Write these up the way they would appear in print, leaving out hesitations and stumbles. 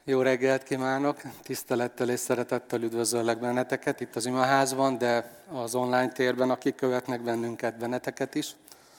Jó reggelt kívánok! Tisztelettel és szeretettel üdvözöllek benneteket itt az imaházban, de az online térben, akik követnek benneteket is.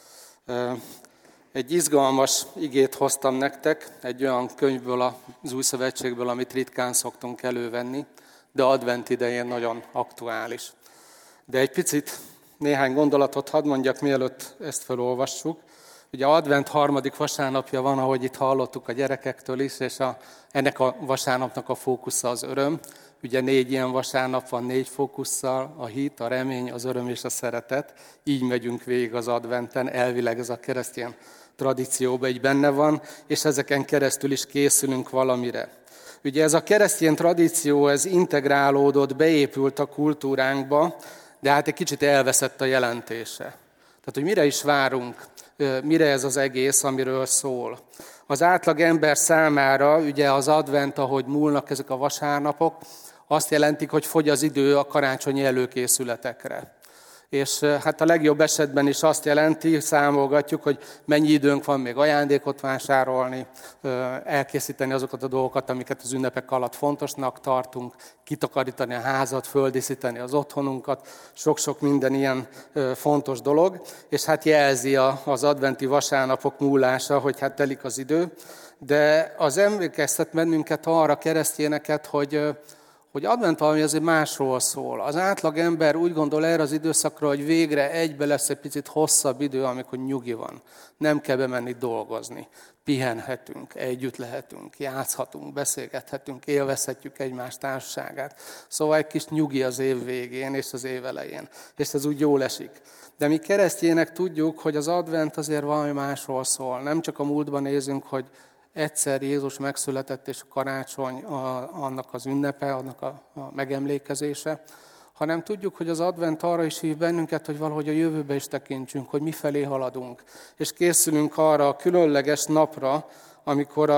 Egy izgalmas igét hoztam nektek, egy olyan könyvből, az Új Szövetségből, amit ritkán szoktunk elővenni, de advent idején nagyon aktuális. De egy picit néhány gondolatot hadd mondjak, mielőtt ezt felolvassuk. Ugye advent harmadik vasárnapja van, ahogy itt hallottuk a gyerekektől is, és ennek a vasárnapnak a fókusza az öröm. Ugye 4 ilyen vasárnap van 4 fókusszal, a hit, a remény, az öröm és a szeretet. Így megyünk végig az adventen, elvileg ez a keresztény tradícióban így benne van, és ezeken keresztül is készülünk valamire. Ugye ez a keresztény tradíció, ez integrálódott, beépült a kultúránkba, de hát egy kicsit elveszett a jelentése. Tehát, hogy mire is várunk, mire ez az egész, amiről szól. Az átlag ember számára ugye az advent, ahogy múlnak ezek a vasárnapok, azt jelentik, hogy fogy az idő a karácsonyi előkészületekre. És hát a legjobb esetben is azt jelenti, számolgatjuk, hogy mennyi időnk van még ajándékot vásárolni, elkészíteni azokat a dolgokat, amiket az ünnepek alatt fontosnak tartunk, kitakarítani a házat, földíszíteni az otthonunkat, sok-sok minden ilyen fontos dolog, és hát jelzi az adventi vasárnapok múlása, hogy hát telik az idő, de az emlékeztet bennünket arra, keresztényeket, hogy advent valami azért másról szól. Az átlag ember úgy gondol erre az időszakra, hogy végre egybe lesz egy picit hosszabb idő, amikor nyugi van. Nem kell bemenni dolgozni. Pihenhetünk, együtt lehetünk, játszhatunk, beszélgethetünk, élvezhetjük egymás társaságát. Szóval egy kis nyugi az év végén és az év elején. És ez úgy jól esik. De mi keresztjének tudjuk, hogy az advent azért valami másról szól. Nem csak a múltban nézünk, hogy egyszer Jézus megszületett, és a karácsony annak az ünnepe, annak a megemlékezése, hanem tudjuk, hogy az advent arra is hív bennünket, hogy valahogy a jövőbe is tekintsünk, hogy mifelé haladunk. És készülünk arra a különleges napra, amikor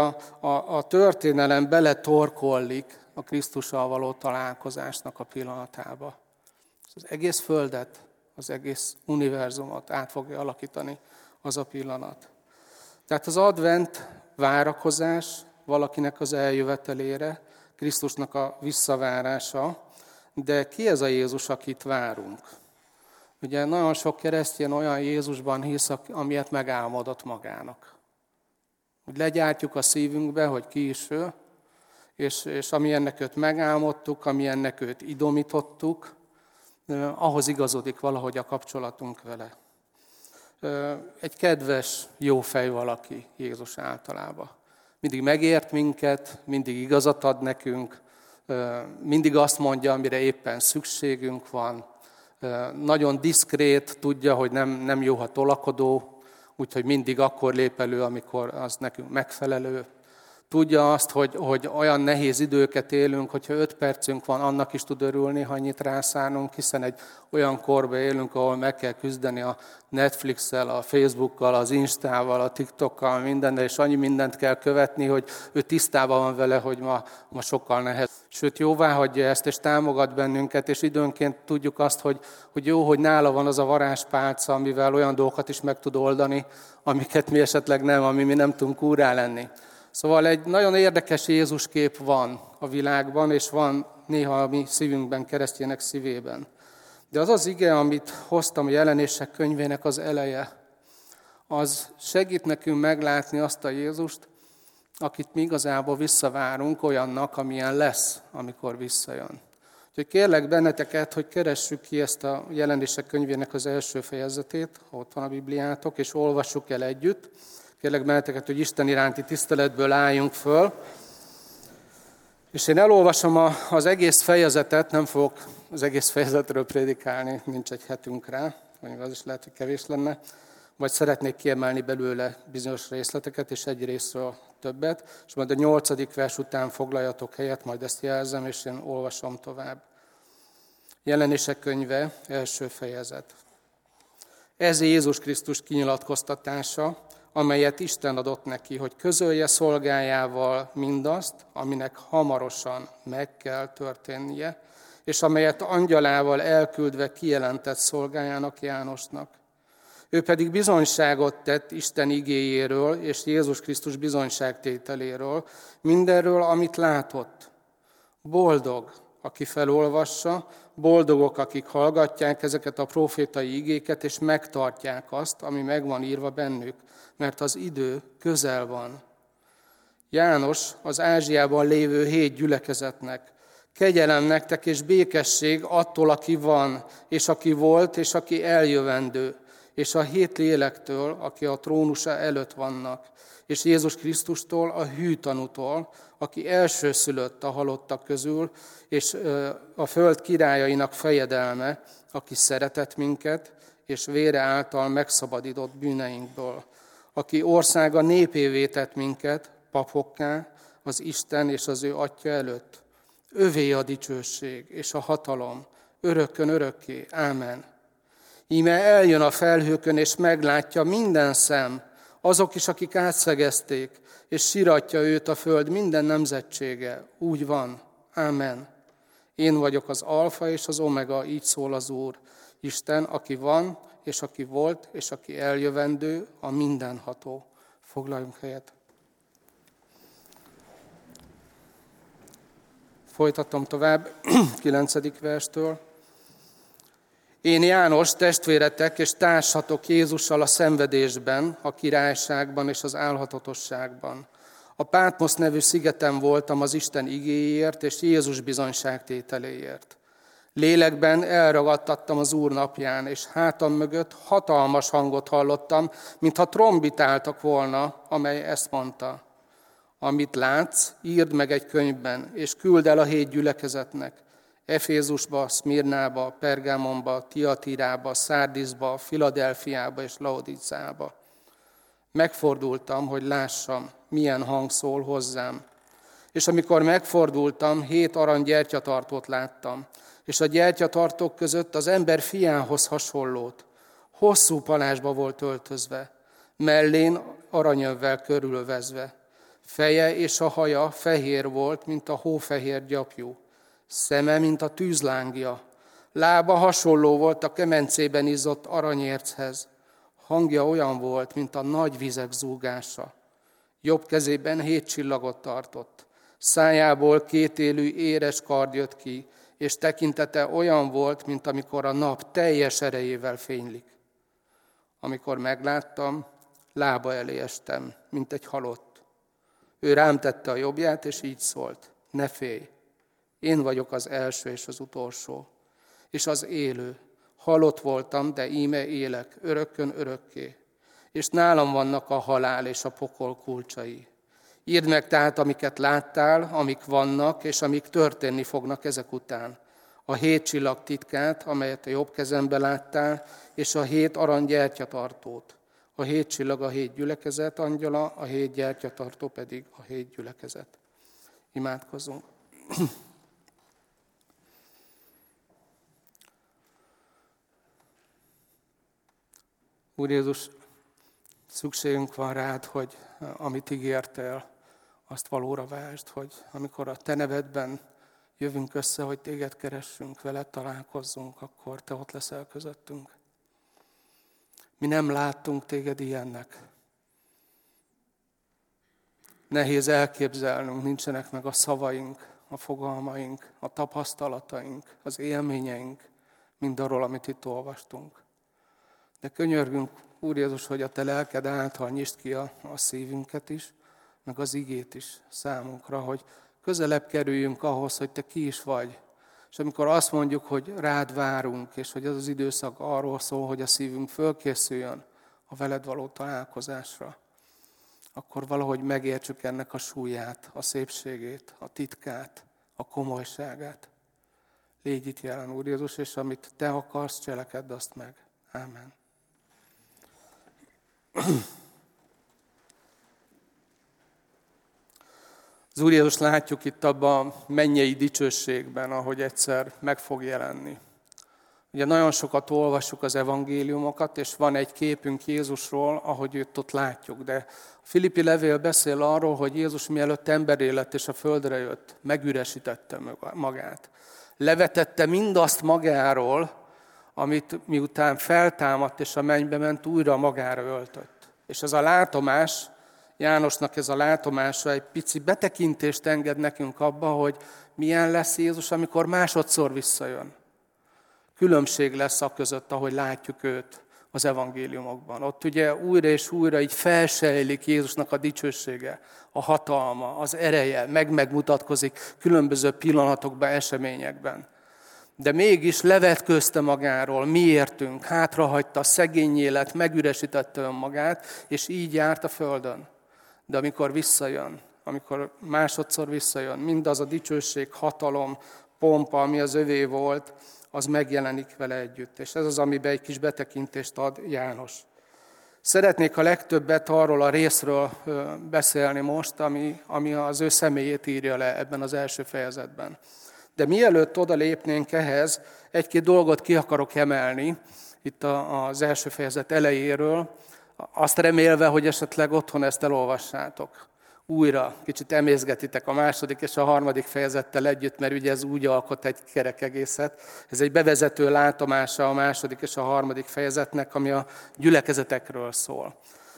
a történelem beletorkollik a Krisztussal való találkozásnak a pillanatába. Az egész földet, az egész univerzumot át fogja alakítani az a pillanat. Tehát az advent várakozás valakinek az eljövetelére, Krisztusnak a visszavárása, de ki ez a Jézus, akit várunk? Ugye nagyon sok keresztény olyan Jézusban hisz, amilyet megálmodott magának. Úgy legyártjuk a szívünkbe, hogy ki is ő, és amilyennek őt megálmodtuk, amilyennek őt idomítottuk, ahhoz igazodik valahogy a kapcsolatunk vele. Egy kedves, jó fej valaki Jézus általában. Mindig megért minket, mindig igazat ad nekünk, mindig azt mondja, amire éppen szükségünk van. Nagyon diszkrét, tudja, hogy nem jó, ha tolakodó, úgyhogy mindig akkor lép elő, amikor az nekünk megfelelő. Tudja azt, hogy olyan nehéz időket élünk, hogyha 5 percünk van, annak is tud örülni, ha annyit rászánunk, hiszen egy olyan korba élünk, ahol meg kell küzdeni a Netflix-el, a Facebookkal, az Instával, a TikTokkal, mindennel, és annyi mindent kell követni, hogy ő tisztában van vele, hogy ma sokkal nehezebb. Sőt, jóvá hagyja ezt, és támogat bennünket, és időnként tudjuk azt, hogy jó, hogy nála van az a varázspálca, amivel olyan dolgokat is meg tud oldani, amiket mi esetleg nem, ami mi nem tudunk úrrá lenni. Szóval egy nagyon érdekes Jézus kép van a világban, és van néha a mi szívünkben, keresztjének szívében. De az az ige, amit hoztam a Jelenések könyvének az eleje, az segít nekünk meglátni azt a Jézust, akit mi igazából visszavárunk olyannak, amilyen lesz, amikor visszajön. Úgyhogy kérlek benneteket, hogy keressük ki ezt a Jelenések könyvének az első fejezetét, ha ott van a Bibliátok, és olvassuk el együtt. Kérlek benneteket, hogy Isten iránti tiszteletből álljunk föl. És én elolvasom az egész fejezetet, nem fogok az egész fejezetről prédikálni, nincs egy hetünk rá, vagy az is lehet, hogy kevés lenne. Vagy szeretnék kiemelni belőle bizonyos részleteket, és egy részről többet, és majd a 8. vers után foglaljatok helyet, majd ezt jelzem, és én olvasom tovább. Jelenések könyve, első fejezet. Ez Jézus Krisztus kinyilatkoztatása, amelyet Isten adott neki, hogy közölje szolgájával mindazt, aminek hamarosan meg kell történnie, és amelyet angyalával elküldve kijelentett szolgájának, Jánosnak. Ő pedig bizonyságot tett Isten igéjéről és Jézus Krisztus bizonyságtételéről, mindenről, amit látott. Boldog, aki felolvassa, boldogok, akik hallgatják ezeket a profétai igéket, és megtartják azt, ami meg van írva bennük, mert az idő közel van. János az Ázsiában lévő 7 gyülekezetnek: kegyelem nektek és békesség attól, aki van, és aki volt, és aki eljövendő, és a 7 lélektől, aki a trónusa előtt vannak, és Jézus Krisztustól, a hű tanútól, aki elsőszülött a halottak közül, és a föld királyainak fejedelme, aki szeretett minket, és vére által megszabadított bűneinkből, aki országa népévé tett minket, papokká, az Isten és az ő Atya előtt. Övé a dicsőség és a hatalom, örökkön örökké. Ámen. Íme eljön a felhőkön, és meglátja minden szem, azok is, akik átszegezték, és siratja őt a föld minden nemzetsége. Úgy van. Ámen. Én vagyok az alfa és az omega, így szól az Úr, Isten, aki van, és aki volt, és aki eljövendő, a mindenható. Foglaljunk helyet. Folytatom tovább, 9. verstől. Én János, testvéretek és társatok Jézussal a szenvedésben, a királyságban és az álhatatosságban. A Pátmosz nevű szigeten voltam az Isten igéjéért és Jézus bizonyságtételéért. Lélekben elragadtattam az Úr napján, és hátam mögött hatalmas hangot hallottam, mintha trombitáltak volna, amely ezt mondta: amit látsz, írd meg egy könyvben, és küld el a 7 gyülekezetnek: Efézusba, Szmirnába, Pergámonba, Tiatírába, Szárdiszba, Filadelfiába és Laodicába. Megfordultam, hogy lássam, milyen hang szól hozzám. És amikor megfordultam, 7 arany gyertyatartót láttam, és a gyertyatartók között az ember fiához hasonlót. Hosszú palásba volt öltözve, mellén aranyövvel körülvezve. Feje és a haja fehér volt, mint a hófehér gyapjú. Szeme, mint a tűzlángja. Lába hasonló volt a kemencében izzott aranyérchez. Hangja olyan volt, mint a nagy vizek zúgása. Jobb kezében 7 csillagot tartott. Szájából 2 élő éres kard jött ki, és tekintete olyan volt, mint amikor a nap teljes erejével fénylik. Amikor megláttam, lába elé estem, mint egy halott. Ő rám tette a jobbját, és így szólt: ne félj, én vagyok az első és az utolsó, és az élő. Halott voltam, de íme élek, örökkön örökké, és nálam vannak a halál és a pokol kulcsai. Írd meg tehát, amiket láttál, amik vannak, és amik történni fognak ezek után. A 7 csillag titkát, amelyet a jobb kezembe láttál, és a 7 arany gyertyatartót. A 7 csillag a 7 gyülekezet angyala, a 7 gyertyatartó pedig a 7 gyülekezet. Imádkozzunk. Úr Jézus, szükségünk van rád, hogy amit ígértél, azt valóra váltsd, hogy amikor a te nevedben jövünk össze, hogy téged keressünk, veled találkozzunk, akkor te ott leszel közöttünk. Mi nem láttunk téged ilyennek. Nehéz elképzelnünk, nincsenek meg a szavaink, a fogalmaink, a tapasztalataink, az élményeink, mindarról, amit itt olvastunk. De könyörgünk, Úr Jézus, hogy a te lelked által nyisd ki a szívünket is, meg az igét is számunkra, hogy közelebb kerüljünk ahhoz, hogy te ki is vagy. És amikor azt mondjuk, hogy rád várunk, és hogy ez az időszak arról szól, hogy a szívünk fölkészüljön a veled való találkozásra, akkor valahogy megértsük ennek a súlyát, a szépségét, a titkát, a komolyságát. Légy itt jelen, Úr Jézus, és amit te akarsz, cselekedd azt meg. Ámen. Az Úr Jézus látjuk itt abban a mennyei dicsőségben, ahogy egyszer meg fog jelenni. Ugye nagyon sokat olvassuk az evangéliumokat, és van egy képünk Jézusról, ahogy őt ott látjuk. De a Filippi levél beszél arról, hogy Jézus mielőtt emberré lett és a földre jött, megüresítette magát. Levetette mindazt magáról, amit miután feltámadt és a mennybe ment, újra magára öltött. És ez a látomás, Jánosnak ez a látomása egy pici betekintést enged nekünk abba, hogy milyen lesz Jézus, amikor másodszor visszajön. Különbség lesz a között, ahogy látjuk őt az evangéliumokban. Ott ugye újra és újra így felsejlik Jézusnak a dicsősége, a hatalma, az ereje, megmutatkozik különböző pillanatokban, eseményekben. De mégis levetközte magáról, miértünk, hátrahagyta a szegény élet, megüresítette önmagát, és így járt a földön. De amikor visszajön, amikor másodszor visszajön, mindaz a dicsőség, hatalom, pompa, ami az övé volt, az megjelenik vele együtt. És ez az, amiben egy kis betekintést ad János. Szeretnék a legtöbbet arról a részről beszélni most, ami az ő személyét írja le ebben az első fejezetben. De mielőtt oda lépnénk ehhez, egy-két dolgot ki akarok emelni itt az első fejezet elejéről, azt remélve, hogy esetleg otthon ezt elolvassátok. Újra kicsit emészgetitek a második és a harmadik fejezettel együtt, mert ugye ez úgy alkot egy kerek egészet. Ez egy bevezető látomása a második és a harmadik fejezetnek, ami a gyülekezetekről szól.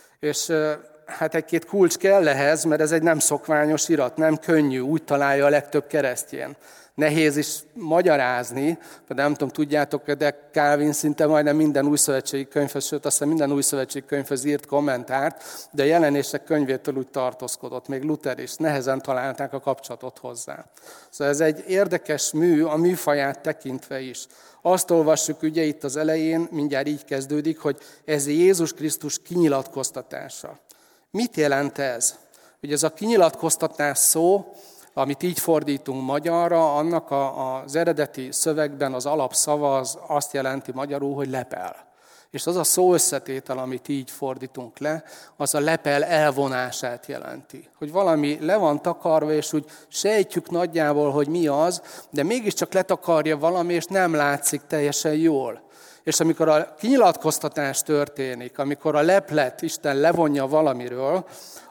És hát egy-két kulcs kell ehhez, mert ez egy nem szokványos irat, nem könnyű, úgy találja a legtöbb keresztény. Nehéz is magyarázni, de nem tudom, tudjátok, de Calvin szinte majdnem minden újszövetségi könyvhöz, sőt aztán minden újszövetségi könyvhöz írt kommentárt, de a Jelenések könyvétől úgy tartózkodott, még Luther is, nehezen találták a kapcsolatot hozzá. Szóval ez egy érdekes mű, a műfaját tekintve is. Azt olvassuk ugye itt az elején, mindjárt így kezdődik, hogy ez Jézus Krisztus kinyilatkoztatása. Mit jelent ez? Ugye ez a kinyilatkoztatás szó, amit így fordítunk magyarra, annak az eredeti szövegben az alapszava az azt jelenti magyarul, hogy lepel. És az a szó összetétel, amit így fordítunk le, az a lepel elvonását jelenti. Hogy valami le van takarva, és úgy sejtjük nagyjából, hogy mi az, de mégiscsak letakarja valami, és nem látszik teljesen jól. És amikor a kinyilatkoztatás történik, amikor a leplet Isten levonja valamiről,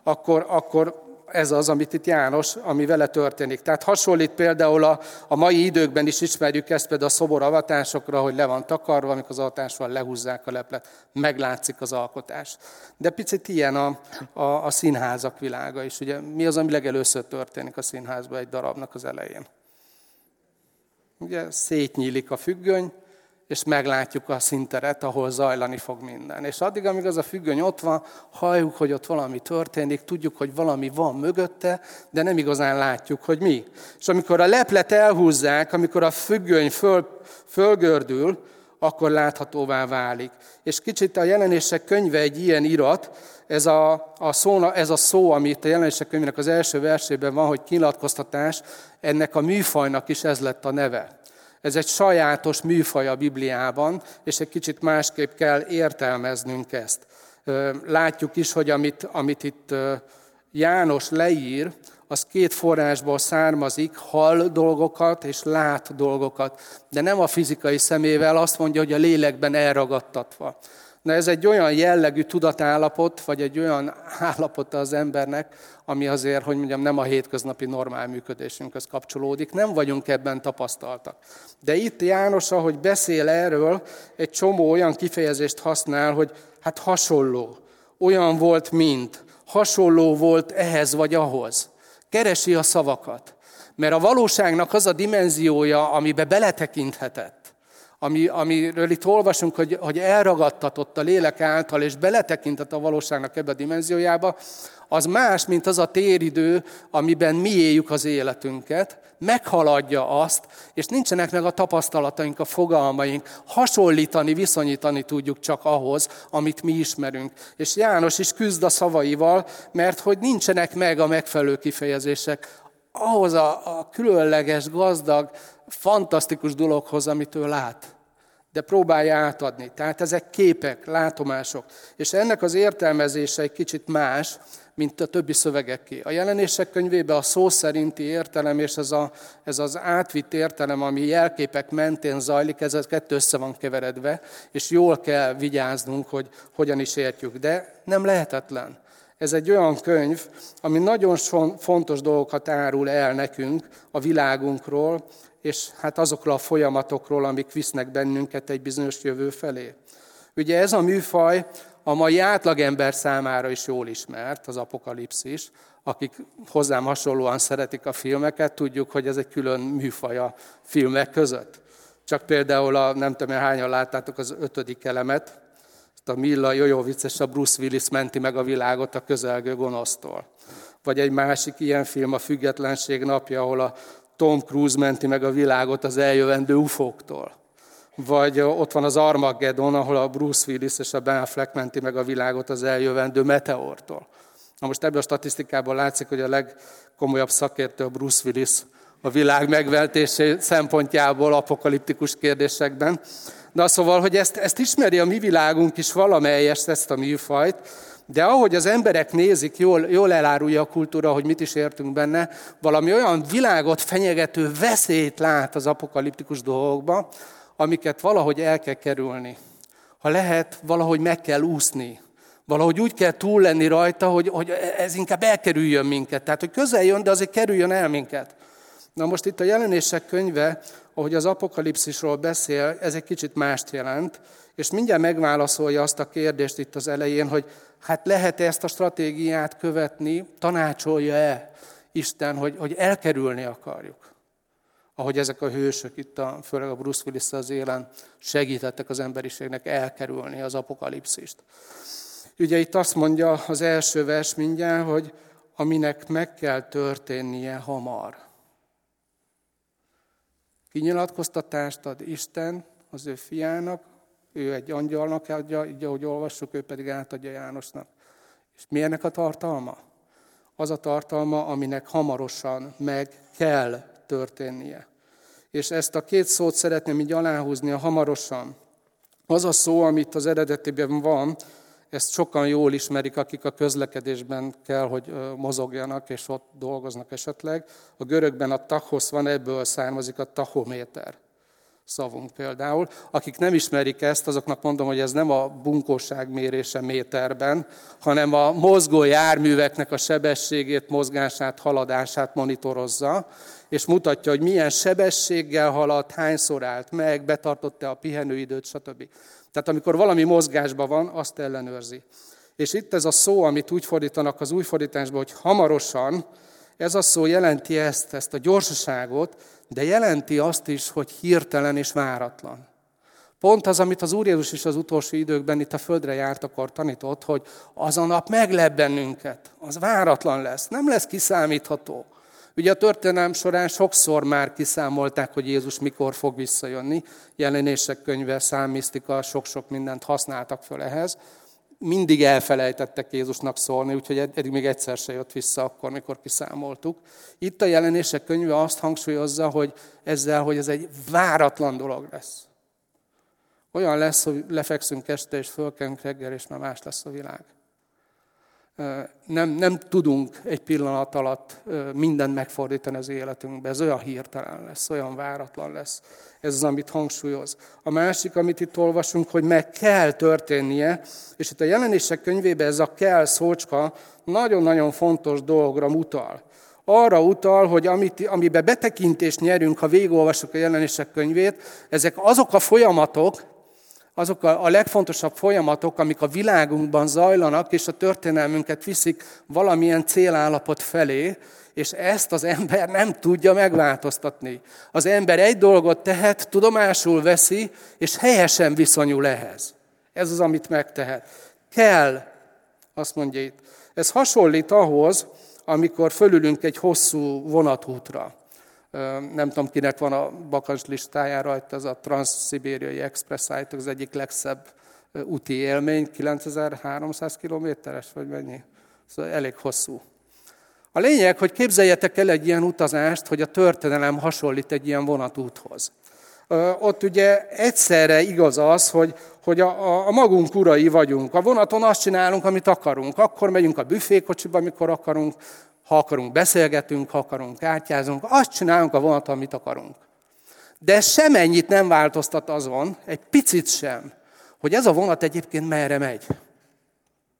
akkor ez az, amit itt János, ami vele történik. Tehát hasonlít például a mai időkben is ismerjük ezt például a szoboravatásokra, hogy le van takarva, amikor az avatásról lehúzzák a leplet, meglátszik az alkotás. De picit ilyen a színházak világa is. Ugye, mi az, ami legelőször történik a színházban egy darabnak az elején? Ugye szétnyílik a függöny, és meglátjuk a színteret, ahol zajlani fog minden. És addig, amíg az a függöny ott van, halljuk, hogy ott valami történik, tudjuk, hogy valami van mögötte, de nem igazán látjuk, hogy mi. És amikor a leplet elhúzzák, amikor a függöny fölgördül, akkor láthatóvá válik. És kicsit a Jelenések könyve egy ilyen irat, ez a szó, ami itt a Jelenések könyvének az első versében van, hogy kinyilatkoztatás, ennek a műfajnak is ez lett a neve. Ez egy sajátos műfaj a Bibliában, és egy kicsit másképp kell értelmeznünk ezt. Látjuk is, hogy amit itt János leír, az két forrásból származik, hall dolgokat és lát dolgokat, de nem a fizikai szemével, azt mondja, hogy a lélekben elragadtatva. Na ez egy olyan jellegű tudatállapot, vagy egy olyan állapota az embernek, ami azért, hogy mondjam, nem a hétköznapi normál működésünkhöz kapcsolódik. Nem vagyunk ebben tapasztaltak. De itt János, ahogy beszél erről, egy csomó olyan kifejezést használ, hogy hát hasonló, olyan volt, mint, hasonló volt ehhez vagy ahhoz. Keresi a szavakat. Mert a valóságnak az a dimenziója, amibe beletekinthetett, amiről itt olvasunk, hogy elragadtatott a lélek által, és beletekintett a valóságnak ebbe a dimenziójába, az más, mint az a téridő, amiben mi éljük az életünket, meghaladja azt, és nincsenek meg a tapasztalataink, a fogalmaink, hasonlítani, viszonyítani tudjuk csak ahhoz, amit mi ismerünk. És János is küzd a szavaival, mert hogy nincsenek meg a megfelelő kifejezések ahhoz a különleges, gazdag, fantasztikus dologhoz, amit ő lát. De próbálja átadni. Tehát ezek képek, látomások. És ennek az értelmezése egy kicsit más, mint a többi szövegeké. A Jelenések könyvében a szó szerinti értelem és ez az átvitt értelem, ami jelképek mentén zajlik, ez a kettő össze van keveredve, és jól kell vigyáznunk, hogy hogyan is értjük. De nem lehetetlen. Ez egy olyan könyv, ami nagyon fontos dolgokat árul el nekünk a világunkról, és hát azokról a folyamatokról, amik visznek bennünket egy bizonyos jövő felé. Ugye ez a műfaj a mai átlagember számára is jól ismert, az apokalipszis. Akik hozzám hasonlóan szeretik a filmeket, tudjuk, hogy ez egy külön műfaj a filmek között. Csak például nem tudom, hányan láttátok az 5. elemet, a Milla Jovovich és a Bruce Willis menti meg a világot a közelgő gonosztól. Vagy egy másik ilyen film, a Függetlenség napja, ahol a Tom Cruise menti meg a világot az eljövendő ufóktól. Vagy ott van az Armageddon, ahol a Bruce Willis és a Ben Affleck menti meg a világot az eljövendő meteortól. Na most ebből a statisztikából látszik, hogy a legkomolyabb szakértő a Bruce Willis a világ megváltása szempontjából apokaliptikus kérdésekben. De szóval, hogy ezt ismeri a mi világunk is valamelyest, ezt a műfajt, de ahogy az emberek nézik, jól elárulja a kultúra, hogy mit is értünk benne, valami olyan világot fenyegető veszélyt lát az apokaliptikus dolgokba, amiket valahogy el kell kerülni. Ha lehet, valahogy meg kell úszni. Valahogy úgy kell túl lenni rajta, hogy ez inkább elkerüljön minket. Tehát, hogy közel jön, de azért kerüljön el minket. Na most itt a Jelenések könyve, ahogy az apokalipszisról beszél, ez egy kicsit mást jelent, és mindjárt megválaszolja azt a kérdést itt az elején, hogy hát lehet-e ezt a stratégiát követni, tanácsolja-e Isten, hogy elkerülni akarjuk. Ahogy ezek a hősök itt, főleg a Bruce Willis az élen segítettek az emberiségnek elkerülni az apokalipszist. Ugye itt azt mondja az első vers mindjárt, hogy aminek meg kell történnie hamar. Kinyilatkoztatást ad Isten az ő fiának, ő egy angyalnak adja, így ahogy olvassuk, ő pedig átadja Jánosnak. És mi ennek a tartalma? Az a tartalma, aminek hamarosan meg kell történnie. És ezt a két szót szeretném így aláhúzni, a hamarosan. Az a szó, amit az eredetiben van, ezt sokan jól ismerik, akik a közlekedésben kell, hogy mozogjanak, és ott dolgoznak esetleg. A görögben a tachos van, ebből származik a tachométer szavunk például. Akik nem ismerik ezt, azoknak mondom, hogy ez nem a bunkóság mérése méterben, hanem a mozgó járműveknek a sebességét, mozgását, haladását monitorozza, és mutatja, hogy milyen sebességgel haladt, hányszor állt meg, betartott-e a pihenőidőt, stb. Tehát amikor valami mozgásban van, azt ellenőrzi. És itt ez a szó, amit úgy fordítanak az új fordításban, hogy hamarosan, ez a szó jelenti ezt a gyorsaságot, de jelenti azt is, hogy hirtelen és váratlan. Pont az, amit az Úr Jézus is az utolsó időkben itt a földre járt, akkor tanított, hogy az a nap meglep bennünket, az váratlan lesz, nem lesz kiszámítható. Ugye a történelem során sokszor már kiszámolták, hogy Jézus mikor fog visszajönni. Jelenések könyve, számmisztika, sok-sok mindent használtak föl ehhez. Mindig elfelejtettek Jézusnak szólni, úgyhogy eddig még egyszer se jött vissza akkor, mikor kiszámoltuk. Itt a Jelenések könyve azt hangsúlyozza, hogy ezzel, hogy ez egy váratlan dolog lesz. Olyan lesz, hogy lefekszünk este, és fölkelünk reggel, és már más lesz a világ. Nem tudunk egy pillanat alatt mindent megfordítani az életünkbe. Ez olyan hirtelen lesz, olyan váratlan lesz. Ez az, amit hangsúlyoz. A másik, amit itt olvasunk, hogy meg kell történnie, és itt a Jelenések könyvében ez a kell szócska nagyon-nagyon fontos dologra mutal. Arra utal, hogy amiben betekintést nyerünk, ha végigolvasjuk a Jelenések könyvét, ezek azok a folyamatok, azok a legfontosabb folyamatok, amik a világunkban zajlanak, és a történelmünket viszik valamilyen célállapot felé, és ezt az ember nem tudja megváltoztatni. Az ember egy dolgot tehet, tudomásul veszi, és helyesen viszonyul ehhez. Ez az, amit megtehet. Kell, azt mondja itt. Ez hasonlít ahhoz, amikor fölülünk egy hosszú vonatútra. Nem tudom, kinek van a bakancs listáján rajta, ez a Transzszibériai Express állítólag az egyik legszebb úti élmény, 9300 kilométeres, vagy mennyi? Szóval elég hosszú. A lényeg, hogy képzeljetek el egy ilyen utazást, hogy a történelem hasonlít egy ilyen vonatúthoz. Ott ugye egyszerre igaz az, hogy a magunk urai vagyunk. A vonaton azt csinálunk, amit akarunk. Akkor megyünk a büfékocsiba, amikor akarunk. Ha akarunk, beszélgetünk, ha akarunk, kártyázunk. Azt csinálunk a vonaton, amit akarunk. De semennyit nem változtat azon, egy picit sem, hogy ez a vonat egyébként merre megy.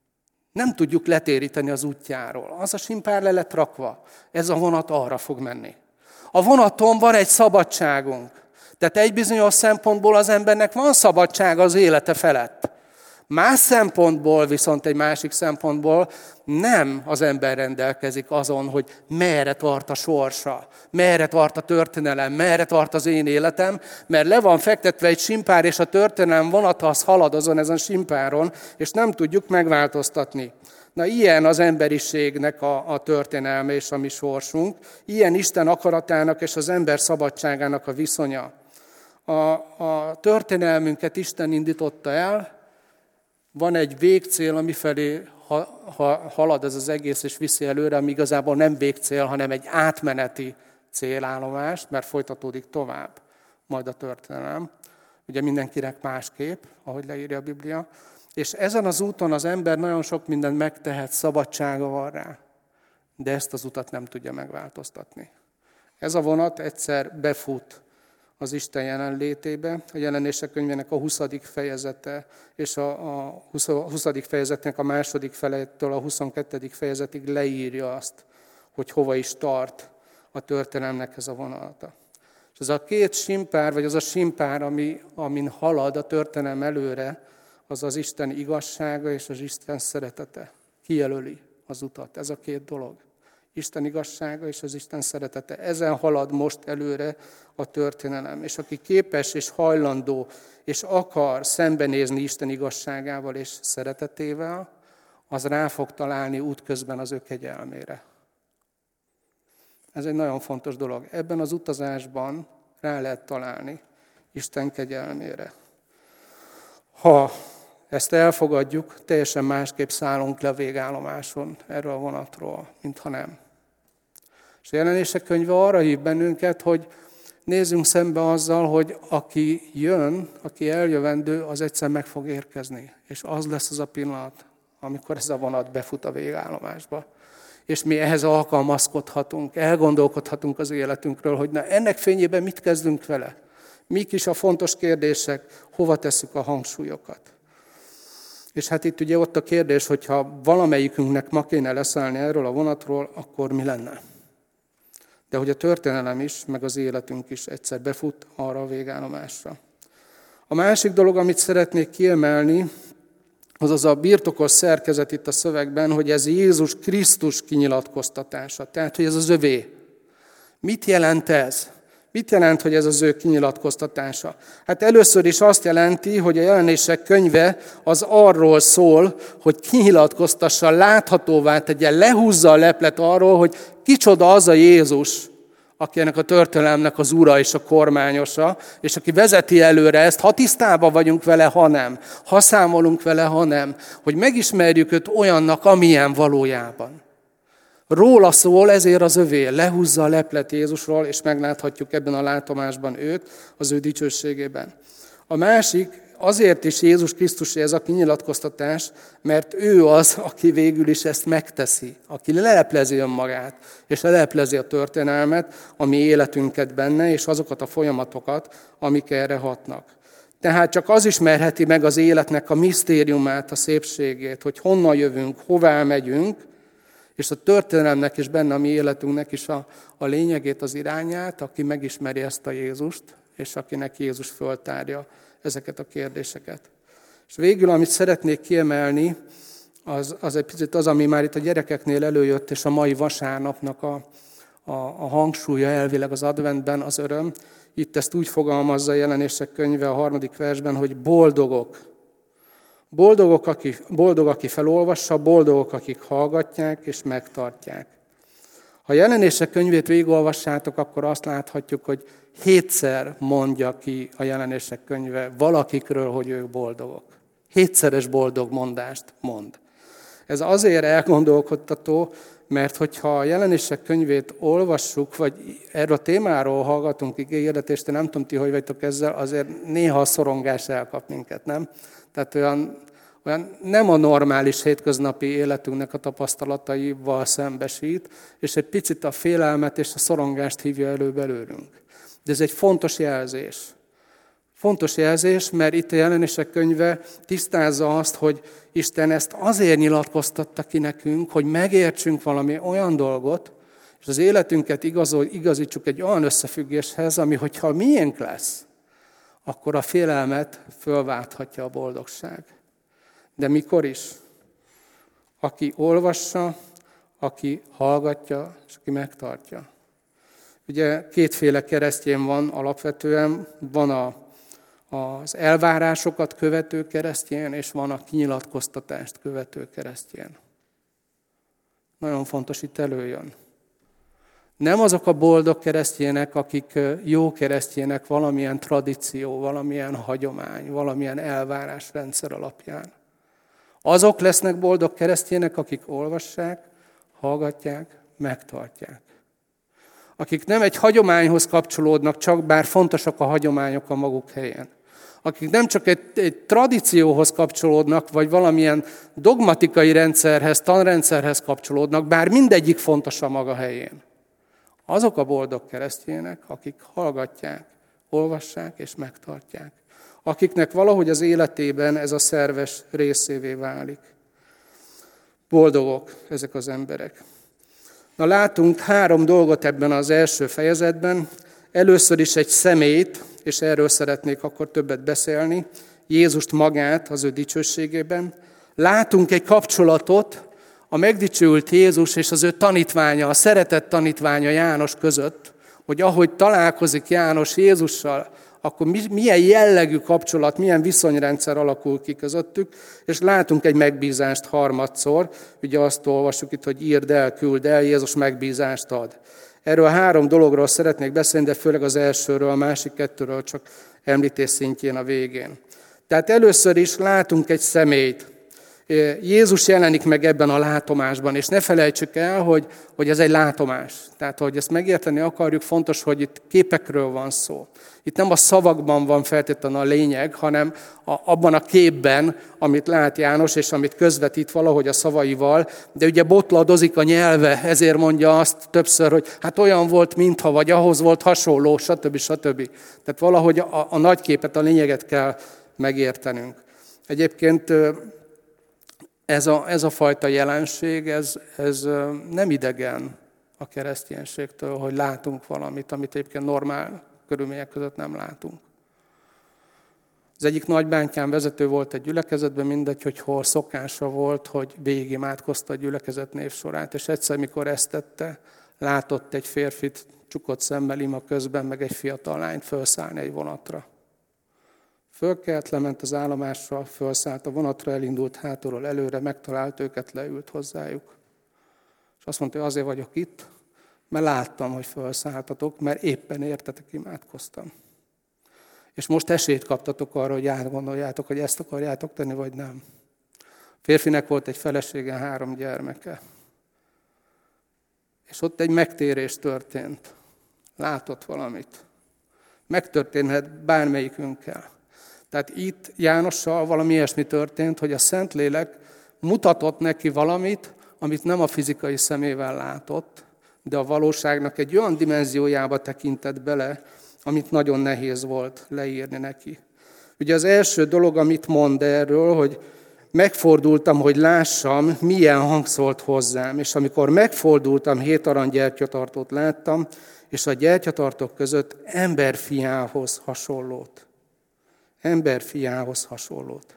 Nem tudjuk letéríteni az útjáról. Az a simpár le lett rakva. Ez a vonat arra fog menni. A vonaton van egy szabadságunk. Tehát egy bizonyos szempontból az embernek van szabadsága az élete felett. Más szempontból, viszont egy másik szempontból nem az ember rendelkezik azon, hogy merre tart a sorsa, merre tart a történelem, merre tart az én életem, mert le van fektetve egy simpár, és a történelem vonata az halad azon ezen simpáron, és nem tudjuk megváltoztatni. Na, ilyen az emberiségnek a történelme és a mi sorsunk, ilyen Isten akaratának és az ember szabadságának a viszonya. A történelmünket Isten indította el, van egy végcél, amifelé halad ez az egész, és viszi előre, ami igazából nem végcél, hanem egy átmeneti célállomás, mert folytatódik tovább majd a történelem. Ugye mindenkinek másképp, ahogy leírja a Biblia. És ezen az úton az ember nagyon sok mindent megtehet, szabadsága van rá, de ezt az utat nem tudja megváltoztatni. Ez a vonat egyszer befut az Isten jelenlétébe, a Jelenések könyvének a 20. fejezete, és a 20. fejezetnek a második felétől a 22. fejezetig leírja azt, hogy hova is tart a történelemnek ez a vonata. És ez a két simpár, vagy az a simpár, amin halad a történelem előre, az az Isten igazsága és az Isten szeretete. Kijelöli az utat. Ez a két dolog. Isten igazsága és az Isten szeretete. Ezen halad most előre a történelem. És aki képes és hajlandó, és akar szembenézni Isten igazságával és szeretetével, az rá fog találni útközben az ő kegyelmére. Ez egy nagyon fontos dolog. Ebben az utazásban rá lehet találni Isten kegyelmére. Ha ezt elfogadjuk, teljesen másképp szállunk le a végállomáson erről a vonatról, mintha nem. És a Jelenések könyve arra hív bennünket, hogy nézzünk szembe azzal, hogy aki jön, aki eljövendő, az egyszer meg fog érkezni. És az lesz az a pillanat, amikor ez a vonat befut a végállomásba. És mi ehhez alkalmazkodhatunk, elgondolkodhatunk az életünkről, hogy na ennek fényében mit kezdünk vele? Mik is a fontos kérdések, hova tesszük a hangsúlyokat? És hát itt ugye ott a kérdés, hogyha valamelyikünknek ma kéne leszállni erről a vonatról, akkor mi lenne? De hogy a történelem is, meg az életünk is egyszer befut arra a végállomásra. A másik dolog, amit szeretnék kiemelni, az a birtokos szerkezet itt a szövegben, hogy ez Jézus Krisztus kinyilatkoztatása. Tehát, hogy ez az övé. Mit jelent ez? Mit jelent, hogy ez az ő kinyilatkoztatása? Hát először is azt jelenti, hogy a Jelenések könyve az arról szól, hogy kinyilatkoztassa, láthatóvá tegye, lehúzza a leplet arról, hogy kicsoda az a Jézus, aki ennek a történelemnek az ura és a kormányosa, és aki vezeti előre ezt, ha tisztában vagyunk vele, ha nem, ha számolunk vele, ha nem, hogy megismerjük őt olyannak, amilyen valójában. Róla szól, ezért az övé, lehúzza a leplet Jézusról, és megláthatjuk ebben a látomásban őt, az ő dicsőségében. A másik, azért is Jézus Krisztus ez a kinyilatkoztatás, mert ő az, aki végül is ezt megteszi, aki leleplezi önmagát, és leleplezi a történelmet, a mi életünket benne, és azokat a folyamatokat, amik erre hatnak. Tehát csak az ismerheti meg az életnek a misztériumát, a szépségét, hogy honnan jövünk, hová megyünk, és a történelemnek és benne a mi életünknek is a lényegét, az irányát, aki megismeri ezt a Jézust, és akinek Jézus föltárja ezeket a kérdéseket. És végül, amit szeretnék kiemelni, az egy picit az, ami már itt a gyerekeknél előjött, és a mai vasárnapnak a hangsúlya elvileg az adventben, az öröm. Itt ezt úgy fogalmazza a Jelenések könyve a 3. versben, hogy boldogok. Boldog, aki felolvassa, boldogok, akik hallgatják és megtartják. Ha a Jelenések könyvét végigolvassátok, akkor azt láthatjuk, hogy 7-szer mondja ki a Jelenések könyve valakikről, hogy ők boldogok. 7-szeres boldog mondást mond. Ez azért elgondolkodtató, mert hogyha a Jelenések könyvét olvassuk, vagy erről a témáról hallgatunk ígéretést, nem tudom ti, hogy vagytok ezzel, azért néha a szorongás elkap minket, nem? Tehát olyan nem a normális hétköznapi életünknek a tapasztalataival szembesít, és egy picit a félelmet és a szorongást hívja elő belőlünk. De ez egy fontos jelzés. Fontos jelzés, mert itt a Jelenések könyve tisztázza azt, hogy Isten ezt azért nyilatkoztatta ki nekünk, hogy megértsünk valami olyan dolgot, és az életünket igazítsuk egy olyan összefüggéshez, ami, hogyha miénk lesz, akkor a félelmet fölválthatja a boldogság. De mikor is? Aki olvassa, aki hallgatja, és aki megtartja. Ugye kétféle keresztény van alapvetően, van az elvárásokat követő keresztény, és van a kinyilatkoztatást követő keresztény. Nagyon fontos, itt előjön. Nem azok a boldog keresztjének, akik jó keresztjének valamilyen tradíció, valamilyen hagyomány, valamilyen elvárásrendszer alapján. Azok lesznek boldog keresztjének, akik olvassák, hallgatják, megtartják. Akik nem egy hagyományhoz kapcsolódnak, csak bár fontosak a hagyományok a maguk helyén. Akik nem csak egy tradícióhoz kapcsolódnak, vagy valamilyen dogmatikai rendszerhez, tanrendszerhez kapcsolódnak, bár mindegyik fontos a maga helyén. Azok a boldog keresztjének, akik hallgatják, olvassák és megtartják. Akiknek valahogy az életében ez a szerves részévé válik. Boldogok ezek az emberek. Na látunk 3 dolgot ebben az első fejezetben. Először is egy személyt, és erről szeretnék akkor többet beszélni, Jézust magát az ő dicsőségében. Látunk egy kapcsolatot a megdicsőült Jézus és az ő tanítványa, a szeretett tanítványa János között, hogy ahogy találkozik János Jézussal, akkor milyen jellegű kapcsolat, milyen viszonyrendszer alakul ki közöttük, és látunk egy megbízást harmadszor, ugye azt olvassuk itt, hogy írd el, küld el, Jézus megbízást ad. Erről a 3 dologról szeretnék beszélni, de főleg az elsőről, a másik 2-ről csak említés szintjén a végén. Tehát először is látunk egy személyt. Jézus jelenik meg ebben a látomásban, és ne felejtsük el, hogy ez egy látomás. Tehát, hogy ezt megérteni akarjuk, fontos, hogy itt képekről van szó. Itt nem a szavakban van feltétlenül a lényeg, hanem abban a képben, amit lát János, és amit közvetít valahogy a szavaival, de ugye botladozik a nyelve, ezért mondja azt többször, hogy hát olyan volt, mintha, vagy ahhoz volt hasonló, stb. Tehát valahogy a nagy képet, a lényeget kell megértenünk. Egyébként ez a fajta jelenség, ez nem idegen a kereszténységtől, hogy látunk valamit, amit egyébként normál körülmények között nem látunk. Az egyik nagybátyám vezető volt egy gyülekezetben, mindegy, hogy hol szokása volt, hogy végigimádkozta a gyülekezet névsorát, és egyszer, mikor ezt tette, látott egy férfit csukott szemmel ima közben, meg egy fiatal lányt felszállni egy vonatra. Fölkelt, lement az állomásra, felszállt a vonatra, elindult hátulról előre, megtalált őket, leült hozzájuk. És azt mondta, hogy azért vagyok itt, mert láttam, hogy felszálltatok, mert éppen értetek, imádkoztam. És most esélyt kaptatok arra, hogy átgondoljátok, hogy ezt akarjátok tenni, vagy nem. A férfinek volt egy felesége, 3 gyermeke. És ott egy megtérés történt. Látott valamit. Megtörténhet bármelyikünkkel. Tehát itt Jánossal valami ilyesmi történt, hogy a Szentlélek mutatott neki valamit, amit nem a fizikai szemével látott, de a valóságnak egy olyan dimenziójába tekintett bele, amit nagyon nehéz volt leírni neki. Ugye az első dolog, amit mond erről, hogy megfordultam, hogy lássam, milyen hang szólt hozzám. És amikor megfordultam, 7 aranygyertyatartót láttam, és a gyertyatartók között emberfiához hasonlót. Emberfiához hasonlót.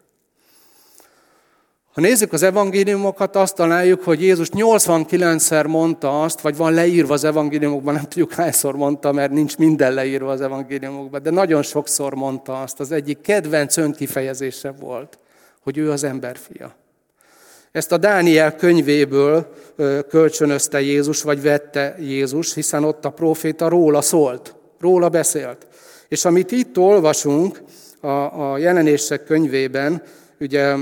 Ha nézzük az evangéliumokat, azt találjuk, hogy Jézus 89-szer mondta azt, vagy van leírva az evangéliumokban, nem tudjuk hányszor mondta, mert nincs minden leírva az evangéliumokban, de nagyon sokszor mondta azt. Az egyik kedvenc önkifejezése volt, hogy ő az emberfia. Ezt a Dániel könyvéből kölcsönözte Jézus, vagy vette Jézus, hiszen ott a próféta róla szólt, róla beszélt. És amit itt olvasunk a Jelenések könyvében, ugye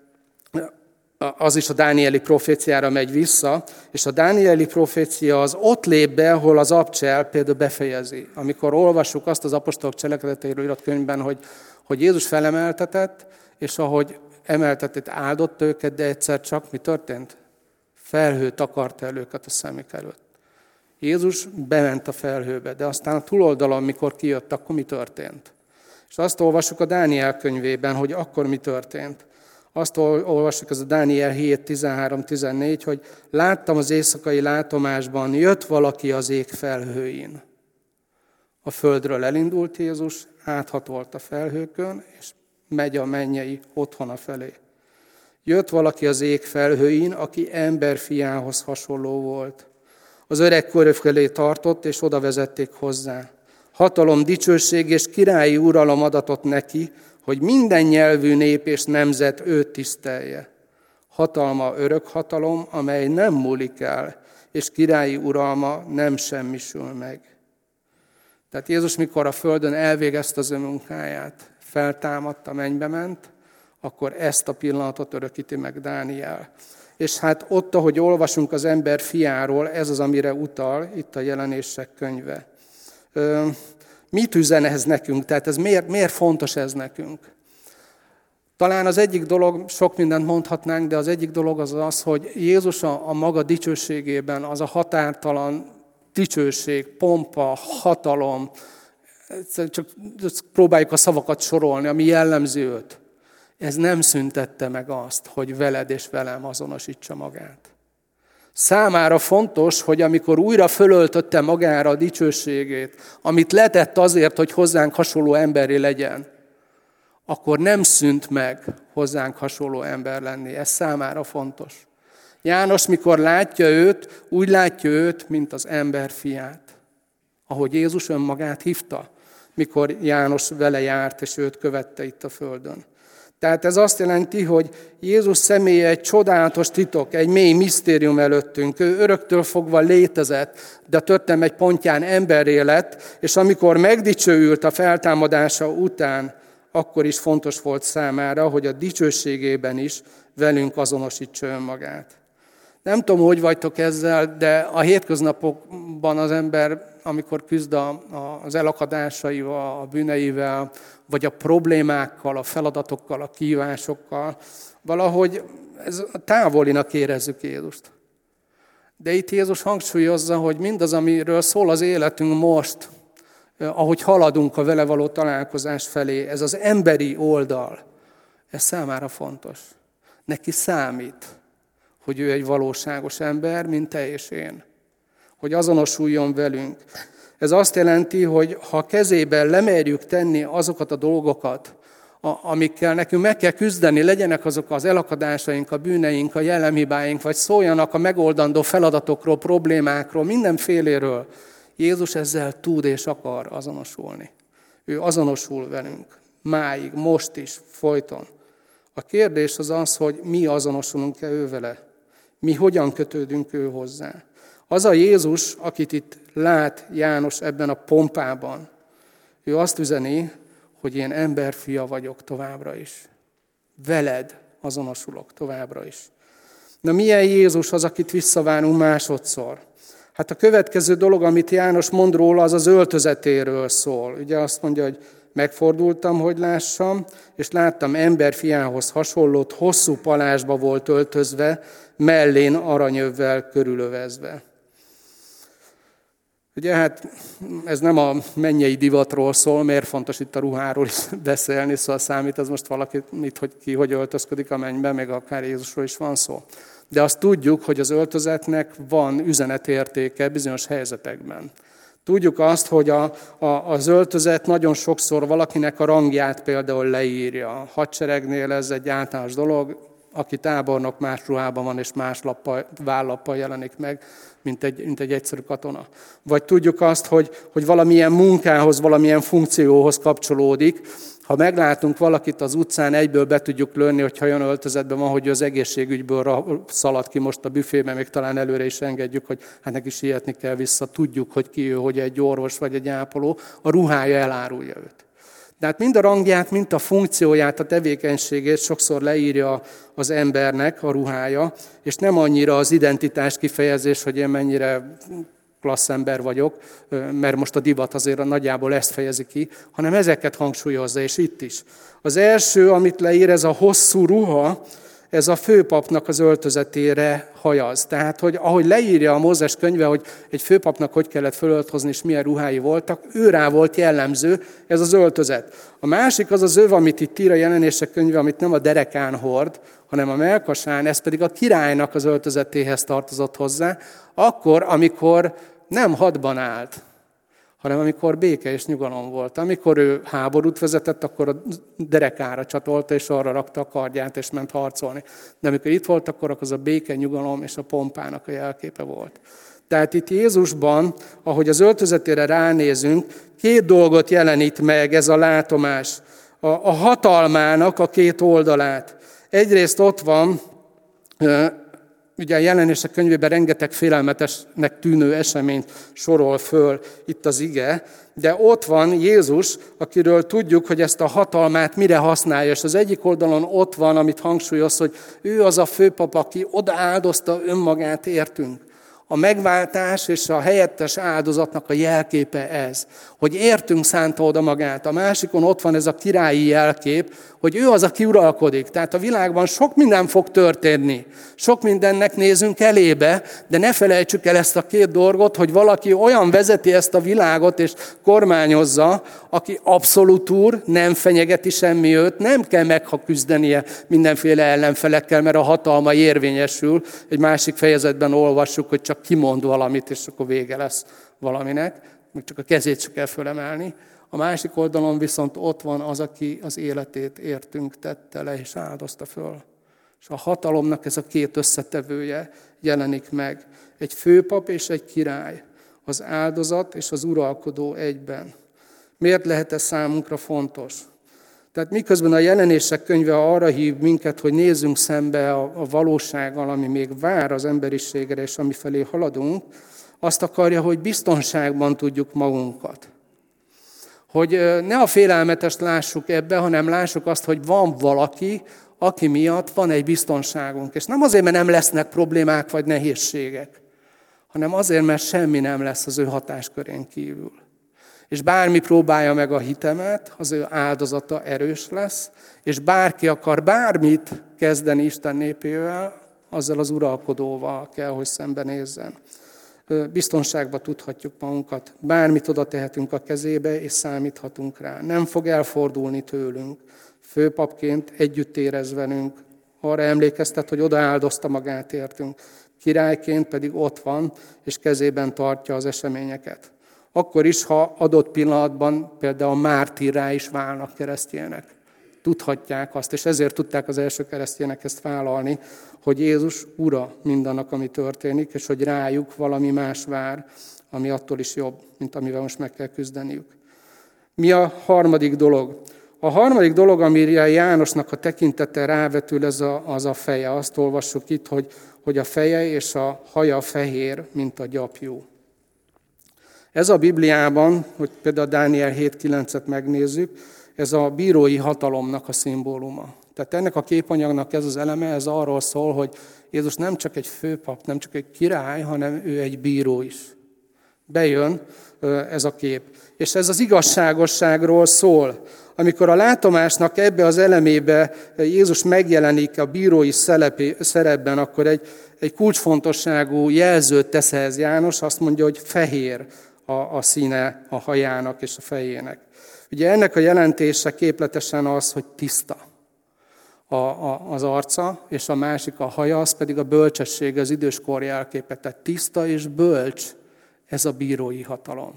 az is a dánieli proféciára megy vissza, és a dánieli profécia az ott lép be, ahol az abcsel például befejezi. Amikor olvassuk azt az apostolok cselekedeteiről írott könyvben, hogy Jézus felemeltetett, és ahogy emeltetett, áldott őket, de egyszer csak mi történt? Felhő takarta el őket a szemük előtt. Jézus bement a felhőbe, de aztán a túloldalon, mikor kijött, akkor mi történt? És azt olvassuk a Dániel könyvében, hogy akkor mi történt. Azt olvassuk, ez a Dániel 7, 13-14, hogy láttam az éjszakai látomásban, jött valaki az ég felhőin. A földről elindult Jézus, áthatolt a felhőkön, és megy a mennyei otthona felé. Jött valaki az ég felhőin, aki emberfiához hasonló volt. Az öreg kör felé tartott, és oda vezették hozzá. Hatalom, dicsőség és királyi uralom adatott neki, hogy minden nyelvű nép és nemzet őt tisztelje. Hatalma örök hatalom, amely nem múlik el, és királyi uralma nem semmisül meg. Tehát Jézus, mikor a földön elvégezte az ő munkáját, feltámadt, a mennybe ment, akkor ezt a pillanatot örökíti meg Dániel. És hát ott, ahogy olvasunk az ember fiáról, ez az, amire utal itt a Jelenések könyve. Mit üzen ez nekünk? Tehát ez miért fontos ez nekünk? Talán az egyik dolog, sok mindent mondhatnánk, de az egyik dolog az, hogy Jézus a maga dicsőségében, az a határtalan dicsőség, pompa, hatalom, csak próbáljuk a szavakat sorolni, ami jellemzi őt. Ez nem szüntette meg azt, hogy veled és velem azonosítsa magát. Számára fontos, hogy amikor újra fölöltötte magára a dicsőségét, amit letett azért, hogy hozzánk hasonló emberi legyen, akkor nem szűnt meg hozzánk hasonló ember lenni. Ez számára fontos. János, mikor látja őt, úgy látja őt, mint az ember fiát. Ahogy Jézus önmagát hívta, mikor János vele járt, és őt követte itt a földön. Tehát ez azt jelenti, hogy Jézus személye egy csodálatos titok, egy mély misztérium előttünk. Ő öröktől fogva létezett, de a történelem egy pontján emberré lett, és amikor megdicsőült a feltámadása után, akkor is fontos volt számára, hogy a dicsőségében is velünk azonosítsa önmagát. Nem tudom, hogy vagytok ezzel, de a hétköznapokban az ember, amikor küzd az elakadásaival, a bűneivel, vagy a problémákkal, a feladatokkal, a kihívásokkal, valahogy ez távolinak érezzük Jézust. De itt Jézus hangsúlyozza, hogy mindaz, amiről szól az életünk most, ahogy haladunk a vele való találkozás felé, ez az emberi oldal, ez számára fontos. Neki számít, hogy ő egy valóságos ember, mint te és én. Hogy azonosuljon velünk. Ez azt jelenti, hogy ha kezében lemerjük tenni azokat a dolgokat, amikkel nekünk meg kell küzdeni, legyenek azok az elakadásaink, a bűneink, a jellemhibáink, vagy szóljanak a megoldandó feladatokról, problémákról, mindenféléről, Jézus ezzel tud és akar azonosulni. Ő azonosul velünk. Máig, most is, folyton. A kérdés az, hogy mi azonosulunk-e ő vele. Mi hogyan kötődünk ő hozzá. Az a Jézus, akit itt lát János ebben a pompában, ő azt üzeni, hogy én emberfia vagyok továbbra is. Veled azonosulok továbbra is. Na milyen Jézus az, akit visszavárunk másodszor? Hát a következő dolog, amit János mond róla, az az öltözetéről szól. Ugye azt mondja, hogy megfordultam, hogy lássam, és láttam emberfiához hasonlót, hosszú palásba volt öltözve, mellén aranyövvel körülövezve. Ugye hát ez nem a mennyei divatról szól, miért fontos itt a ruháról is beszélni, szóval számít ez most valaki, hogy öltözködik a mennyben, még akár Jézusról is van szó. De azt tudjuk, hogy az öltözetnek van üzenetértéke bizonyos helyzetekben. Tudjuk azt, hogy az öltözet nagyon sokszor valakinek a rangját például leírja. A hadseregnél ez egy általános dolog, aki tábornok más ruhában van és más vállappal jelenik meg, mint egy egyszerű katona. Vagy tudjuk azt, hogy valamilyen munkához, valamilyen funkcióhoz kapcsolódik. Ha meglátunk valakit az utcán, egyből be tudjuk lőni, hogyha olyan öltözetben van, hogy az egészségügyből szalad ki most a büfébe, még talán előre is engedjük, hogy hát neki sietni kell vissza. Tudjuk, hogy ki ő, hogy egy orvos vagy egy ápoló. A ruhája elárulja őt. De hát mind a rangját, mind a funkcióját, a tevékenységét sokszor leírja az embernek a ruhája, és nem annyira az identitás kifejezés, hogy én mennyire klassz ember vagyok, mert most a divat azért nagyjából ezt fejezi ki, hanem ezeket hangsúlyozza, és itt is. Az első, amit leír, ez a hosszú ruha, ez a főpapnak az öltözetére hajaz. Tehát, hogy ahogy leírja a Mózes könyve, hogy egy főpapnak hogy kellett fölöltözni, és milyen ruhái voltak, őrá volt jellemző ez az öltözet. A másik az az öv, amit itt ír a Jelenések könyve, amit nem a derekán hord, hanem a mellkasán, ez pedig a királynak az öltözetéhez tartozott hozzá, akkor, amikor nem hadban állt, hanem amikor béke és nyugalom volt. Amikor ő háborút vezetett, akkor a derekára csatolta, és arra rakta a kardját, és ment harcolni. De amikor itt volt, akkor az a béke, nyugalom és a pompának a jelképe volt. Tehát itt Jézusban, ahogy az öltözetére ránézünk, két dolgot jelenít meg ez a látomás. A hatalmának a két oldalát. Egyrészt ott van, ugye a Jelenések könyvében rengeteg félelmetesnek tűnő eseményt sorol föl itt az ige, de ott van Jézus, akiről tudjuk, hogy ezt a hatalmát mire használja, és az egyik oldalon ott van, amit hangsúlyoz, hogy ő az a főpap, aki odaáldozta önmagát értünk. A megváltás és a helyettes áldozatnak a jelképe ez, hogy értünk szánta oda magát. A másikon ott van ez a királyi jelkép, hogy ő az, aki uralkodik. Tehát a világban sok minden fog történni. Sok mindennek nézünk elébe, de ne felejtsük el ezt a két dolgot, hogy valaki olyan vezeti ezt a világot és kormányozza, aki abszolút úr, nem fenyegeti semmi őt, nem kell megküzdenie mindenféle ellenfelekkel, mert a hatalma érvényesül. Egy másik fejezetben olvassuk, hogy csak kimond valamit, és akkor vége lesz valaminek. Még csak a kezét sem kell fölemelni. A másik oldalon viszont ott van az, aki az életét értünk tette le és áldozta föl. És a hatalomnak ez a két összetevője jelenik meg. Egy főpap és egy király. Az áldozat és az uralkodó egyben. Miért lehet ez számunkra fontos? Tehát miközben a Jelenések könyve arra hív minket, hogy nézzünk szembe a valósággal, ami még vár az emberiségre, és ami felé haladunk, azt akarja, hogy biztonságban tudjuk magunkat. Hogy ne a félelmetest lássuk ebbe, hanem lássuk azt, hogy van valaki, aki miatt van egy biztonságunk. És nem azért, mert nem lesznek problémák vagy nehézségek, hanem azért, mert semmi nem lesz az ő hatáskörén kívül. És bármi próbálja meg a hitemet, az ő áldozata erős lesz, és bárki akar bármit kezdeni Isten népével, azzal az uralkodóval kell, hogy szembenézzen. Biztonságba tudhatjuk magunkat, bármit oda tehetünk a kezébe, és számíthatunk rá. Nem fog elfordulni tőlünk. Főpapként együtt érez velünk, arra emlékeztet, hogy odaáldozta magát értünk. Királyként pedig ott van, és kezében tartja az eseményeket. Akkor is, ha adott pillanatban például mártírrá is válnak keresztjének. Tudhatják azt, és ezért tudták az első keresztjének ezt vállalni, hogy Jézus ura mindannak, ami történik, és hogy rájuk valami más vár, ami attól is jobb, mint amivel most meg kell küzdeniük. Mi a harmadik dolog? A harmadik dolog, amire Jánosnak a tekintete rávetül, az a feje. Azt olvassuk itt, hogy a feje és a haja fehér, mint a gyapjú. Ez a Bibliában, hogy például Dániel 7.9-et megnézzük, ez a bírói hatalomnak a szimbóluma. Tehát ennek a képanyagnak ez az eleme, ez arról szól, hogy Jézus nem csak egy főpap, nem csak egy király, hanem ő egy bíró is. Bejön ez a kép. És ez az igazságosságról szól. Amikor a látomásnak ebbe az elemébe Jézus megjelenik a bírói szerepben, akkor egy kulcsfontosságú jelzőt tesz ehhez János, azt mondja, hogy fehér a színe a hajának és a fejének. Ugye ennek a jelentése képletesen az, hogy tiszta az arca, és a másik a haja, az pedig a bölcsesség, az időskor jelképe. Tehát tiszta és bölcs ez a bírói hatalom.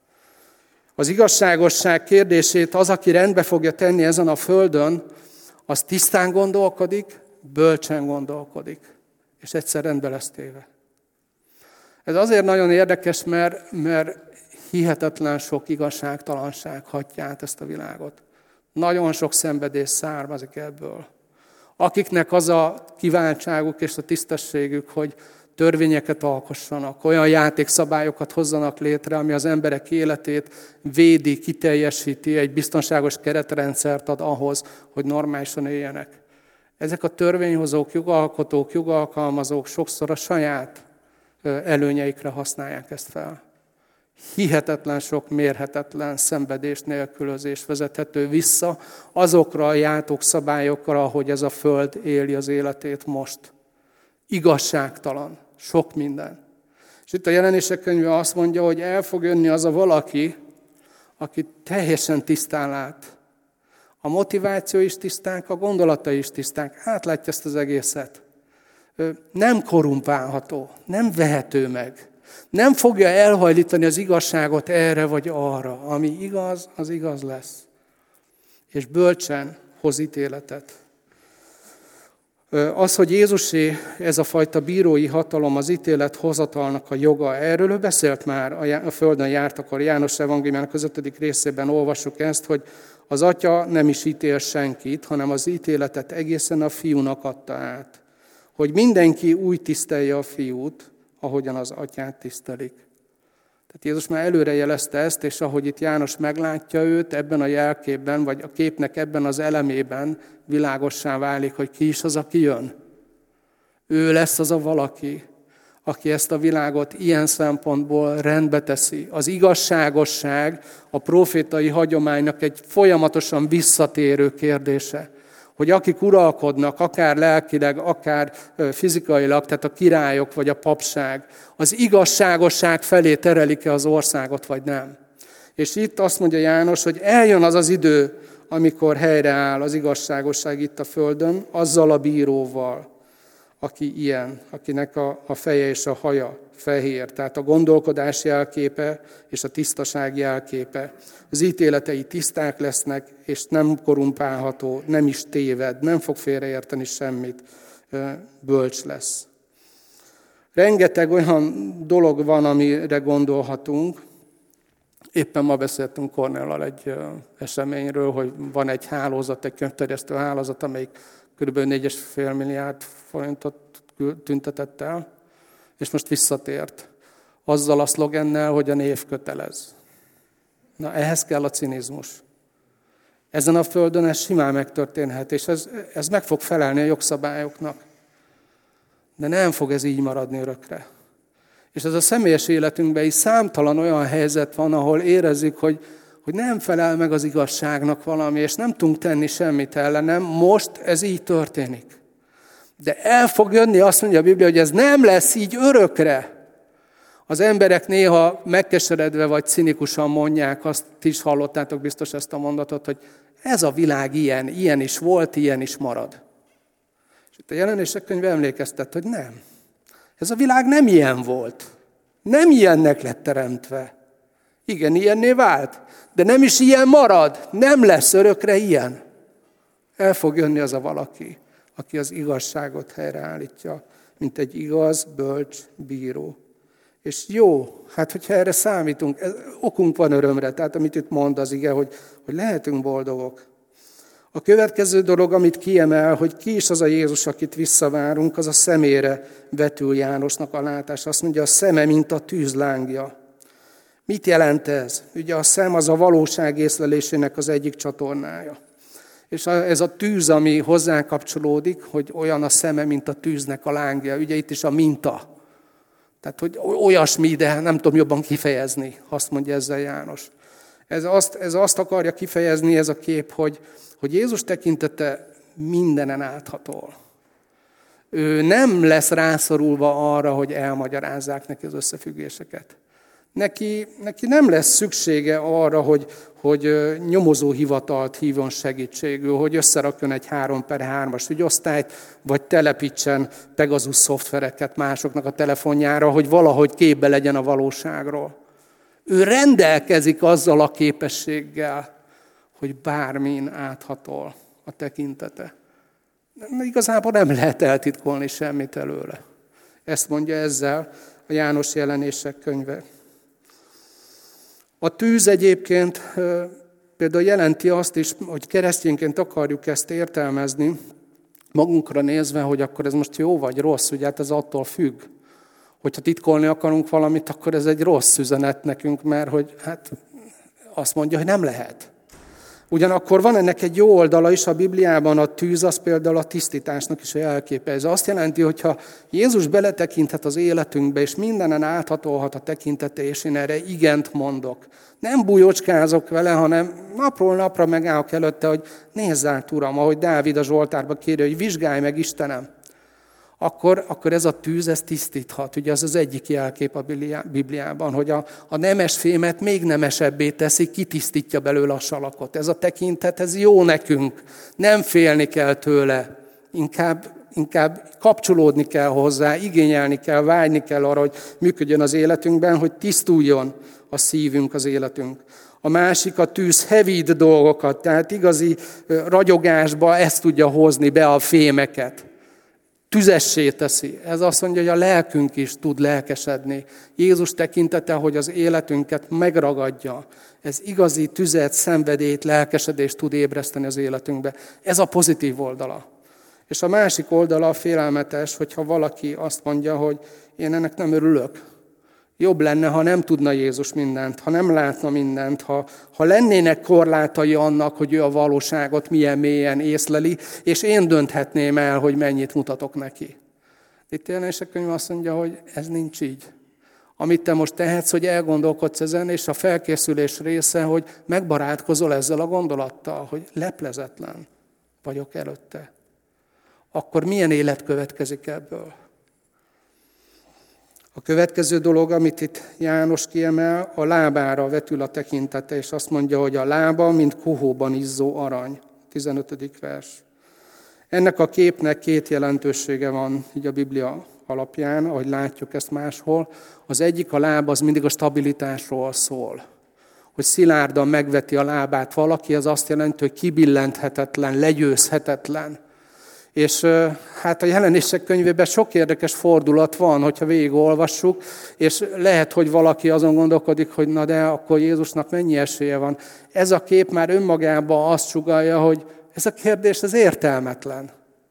Az igazságosság kérdését az, aki rendbe fogja tenni ezen a földön, az tisztán gondolkodik, bölcsen gondolkodik, és egyszer rendbe lesz téve. Ez azért nagyon érdekes, mert hihetetlen sok igazságtalanság hatja át ezt a világot. Nagyon sok szenvedés származik ebből. Akiknek az a kiváltságuk és a tisztességük, hogy törvényeket alkossanak, olyan játékszabályokat hozzanak létre, ami az emberek életét védi, kiteljesíti, egy biztonságos keretrendszert ad ahhoz, hogy normálisan éljenek. Ezek a törvényhozók, jogalkotók, jogalkalmazók sokszor a saját előnyeikre használják ezt fel. hihetetlen sok mérhetetlen szenvedés, nélkülözés vezethető vissza azokra a játékszabályokra, ahogy ez a föld éli az életét most. Igazságtalan, sok minden. És itt a Jelenések könyve azt mondja, hogy el fog jönni az a valaki, aki teljesen tisztán lát. A motiváció is tisztánk, a gondolatai is tisztánk. Átlátja ezt az egészet. Nem korrumpálható, nem vehető meg. Nem fogja elhajlítani az igazságot erre vagy arra. Ami igaz, az igaz lesz. És bölcsen hoz ítéletet. Az, hogy Jézusé ez a fajta bírói hatalom, az ítélet hozatalnak a joga, erről ő beszélt már a földön jártakor. János evangéliumának az 5. részében olvassuk ezt, hogy az Atya nem is ítél senkit, hanem az ítéletet egészen a Fiúnak adta át. Hogy mindenki úgy tisztelje a Fiút, ahogyan az Atyát tisztelik. Tehát Jézus már előre jelezte ezt, és ahogy itt János meglátja őt ebben a jelképben, vagy a képnek ebben az elemében, világossá válik, hogy ki is az, aki jön. Ő lesz az a valaki, aki ezt a világot ilyen szempontból rendbe teszi. Az igazságosság a profétai hagyománynak egy folyamatosan visszatérő kérdése. Hogy akik uralkodnak, akár lelkileg, akár fizikailag, tehát a királyok vagy a papság, az igazságosság felé terelik-e az országot, vagy nem. És itt azt mondja János, hogy eljön az az idő, amikor helyreáll az igazságosság itt a földön, azzal a bíróval, aki ilyen, akinek a feje és a haja fehér, tehát a gondolkodás jelképe és a tisztaság jelképe. Az ítéletei tiszták lesznek, és nem korrumpálható, nem is téved, nem fog félreérteni semmit, bölcs lesz. Rengeteg olyan dolog van, amire gondolhatunk. Éppen ma beszéltünk Kornéllal egy eseményről, hogy van egy hálózat, egy könyvterjesztő hálózat, amelyik kb. 4,5 milliárd forintot tüntetett el, és most visszatért. Azzal a szlogennel, hogy a név kötelez. Na, ehhez kell a cinizmus. Ezen a földön ez simán megtörténhet, és ez meg fog felelni a jogszabályoknak. De nem fog ez így maradni örökre. És ez a személyes életünkben is számtalan olyan helyzet van, ahol érezzük, hogy nem felel meg az igazságnak valami, és nem tudunk tenni semmit ellenem. Most ez így történik. De el fog jönni, azt mondja a Biblia, hogy ez nem lesz így örökre. Az emberek néha megkeseredve vagy cinikusan mondják, azt is hallottátok biztos ezt a mondatot, hogy ez a világ ilyen is volt, ilyen is marad. És itt a Jelenések könyve emlékeztet, hogy nem. Ez a világ nem ilyen volt. Nem ilyennek lett teremtve. Igen, ilyenné vált, de nem is ilyen marad. Nem lesz örökre ilyen. El fog jönni az a valaki, aki az igazságot helyreállítja, mint egy igaz, bölcs bíró. És jó, hát hogyha erre számítunk, okunk van örömre, tehát amit itt mond az ige, hogy lehetünk boldogok. A következő dolog, amit kiemel, hogy ki is az a Jézus, akit visszavárunk, az a szemére vetül Jánosnak a látás. Azt mondja, a szeme, mint a tűzlángja. Mit jelent ez? Ugye a szem az a valóság észlelésének az egyik csatornája. És ez a tűz, ami hozzá kapcsolódik, hogy olyan a szeme, mint a tűznek a lángja. Ugye itt is a minta. Tehát, hogy olyasmi, de nem tudom jobban kifejezni, azt mondja ezzel János. Ez azt akarja kifejezni, ez a kép, hogy Jézus tekintete mindenen áthatol. Ő nem lesz rászorulva arra, hogy elmagyarázzák neki az összefüggéseket. Neki nem lesz szüksége arra, hogy nyomozóhivatalt hívjon segítségül, hogy összerakjon egy 3x3-as ügyosztályt, vagy telepítsen Pegasus szoftvereket másoknak a telefonjára, hogy valahogy képbe legyen a valóságról. Ő rendelkezik azzal a képességgel, hogy bármin áthatol a tekintete. Igazából nem lehet eltitkolni semmit előle. Ezt mondja ezzel a János Jelenések könyve. A tűz egyébként például jelenti azt is, hogy keresztényként akarjuk ezt értelmezni, magunkra nézve, hogy akkor ez most jó vagy rossz, ugye hát ez attól függ. Hogyha titkolni akarunk valamit, akkor ez egy rossz üzenet nekünk, mert hogy hát azt mondja, hogy nem lehet. Ugyanakkor van ennek egy jó oldala is a Bibliában, a tűz az például a tisztításnak is a jelképe. Ez azt jelenti, hogy ha Jézus beletekinthet az életünkbe, és mindenen áthatolhat a tekintete, és én erre igent mondok. Nem bújócskázok vele, hanem napról napra megállok előtte, hogy nézz át, Uram, ahogy Dávid a Zsoltárba kéri, hogy vizsgálj meg, Istenem. Akkor ez a tűz, ez tisztíthat. Ugye az az egyik jelkép a Bibliában, hogy a nemes fémet még nemesebbé teszi, kitisztítja belőle a salakot. Ez a tekintet, ez jó nekünk. Nem félni kell tőle. Inkább kapcsolódni kell hozzá, igényelni kell, vágyni kell arra, hogy működjön az életünkben, hogy tisztuljon a szívünk, az életünk. A másik, a tűz hevít dolgokat, tehát igazi ragyogásba ezt tudja hozni be a fémeket. Tüzessé teszi. Ez azt mondja, hogy a lelkünk is tud lelkesedni. Jézus tekintete, hogy az életünket megragadja. Ez igazi tüzet, szenvedélyt, lelkesedést tud ébreszteni az életünkbe. Ez a pozitív oldala. És a másik oldala a félelmetes, hogyha valaki azt mondja, hogy én ennek nem örülök. Jobb lenne, ha nem tudna Jézus mindent, ha nem látna mindent, ha lennének korlátai annak, hogy ő a valóságot milyen mélyen észleli, és én dönthetném el, hogy mennyit mutatok neki. Itt Jelenések könyve azt mondja, hogy ez nincs így. Amit te most tehetsz, hogy elgondolkodsz ezen, és a felkészülés része, hogy megbarátkozol ezzel a gondolattal, hogy leplezetlen vagyok előtte. Akkor milyen élet következik ebből? A következő dolog, amit itt János kiemel, a lábára vetül a tekintete, és azt mondja, hogy a lába, mint kohóban izzó arany. 15. vers. Ennek a képnek két jelentősége van így a Biblia alapján, ahogy látjuk ezt máshol. Az egyik, a láb, az mindig a stabilitásról szól. Hogy szilárdan megveti a lábát valaki, az azt jelenti, hogy kibillenthetetlen, legyőzhetetlen. És hát a Jelenések könyvében sok érdekes fordulat van, hogyha végigolvassuk, és lehet, hogy valaki azon gondolkodik, hogy na de akkor Jézusnak mennyi esélye van. Ez a kép már önmagában azt sugallja, hogy ez a kérdés az értelmetlen.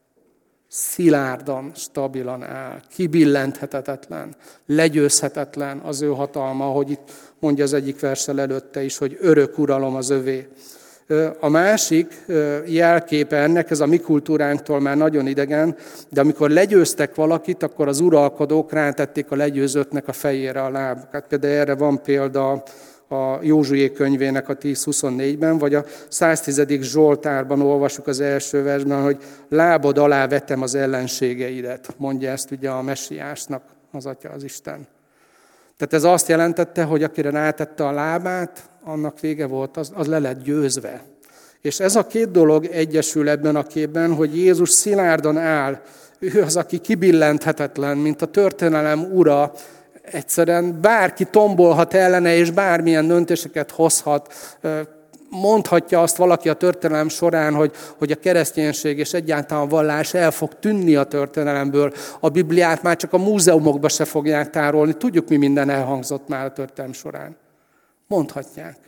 Szilárdan, stabilan áll, kibillenthetetlen, legyőzhetetlen az ő hatalma, ahogy itt mondja az egyik verssel előtte is, hogy örök uralom az övé. A másik jelképe ennek, ez a mi kultúránktól már nagyon idegen, de amikor legyőztek valakit, akkor az uralkodók rátették a legyőzöttnek a fejére a lábukat. Például erre van példa a Józsué könyvének a 10.24-ben, vagy a 110. Zsoltárban olvasjuk az első versben, hogy lábad alá vetem az ellenségeidet. Mondja ezt ugye a messiásnak az Atya, az Isten. Tehát ez azt jelentette, hogy akire rátette a lábát, annak vége volt, az le lett győzve. És ez a két dolog egyesül ebben a képben, hogy Jézus szilárdan áll, ő az, aki kibillenthetetlen, mint a történelem ura, egyszerűen bárki tombolhat ellene, és bármilyen döntéseket hozhat, mondhatja azt valaki a történelem során, hogy a kereszténység és egyáltalán a vallás el fog tűnni a történelemből. A Bibliát már csak a múzeumokba se fogják tárolni. Tudjuk, mi minden elhangzott már a történelem során. Mondhatják.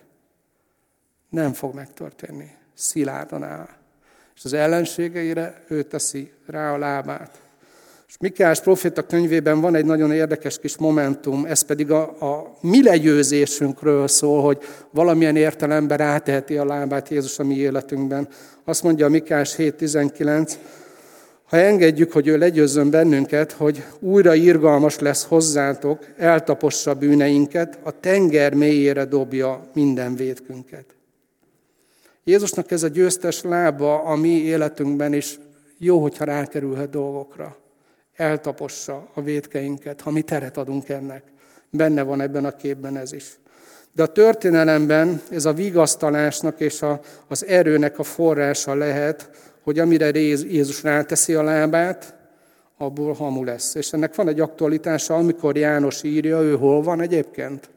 Nem fog megtörténni. Szilárdan áll. És az ellenségeire ő teszi rá a lábát. És Mikéás próféta könyvében van egy nagyon érdekes kis momentum, ez pedig a mi legyőzésünkről szól, hogy valamilyen értelemben ráteheti a lábát Jézus a mi életünkben. Azt mondja a Mikéás 7.19, ha engedjük, hogy ő legyőzzön bennünket, hogy újra irgalmas lesz hozzátok, eltapossa bűneinket, a tenger mélyére dobja minden vétkünket. Jézusnak ez a győztes lába a mi életünkben is jó, hogyha rákerülhet dolgokra. Eltapossa a vétkeinket, ha mi teret adunk ennek. Benne van ebben a képben ez is. De a történelemben ez a vigasztalásnak és az erőnek a forrása lehet, hogy amire Jézus ráteszi a lábát, abból hamu lesz. És ennek van egy aktualitása, amikor János írja, ő hol van egyébként?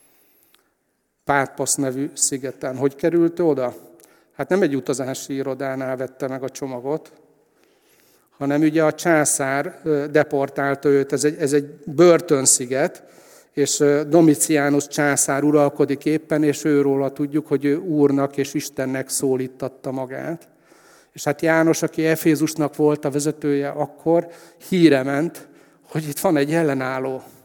Pátmosz nevű szigeten. Hogy került oda? Hát nem egy utazási irodánál vette meg a csomagot, hanem ugye a császár deportálta őt, ez egy börtönsziget, és Domitianus császár uralkodik éppen, és őróla tudjuk, hogy ő úrnak és Istennek szólítatta magát. És hát János, aki Efézusnak volt a vezetője akkor, híre ment, hogy itt van egy ellenálló.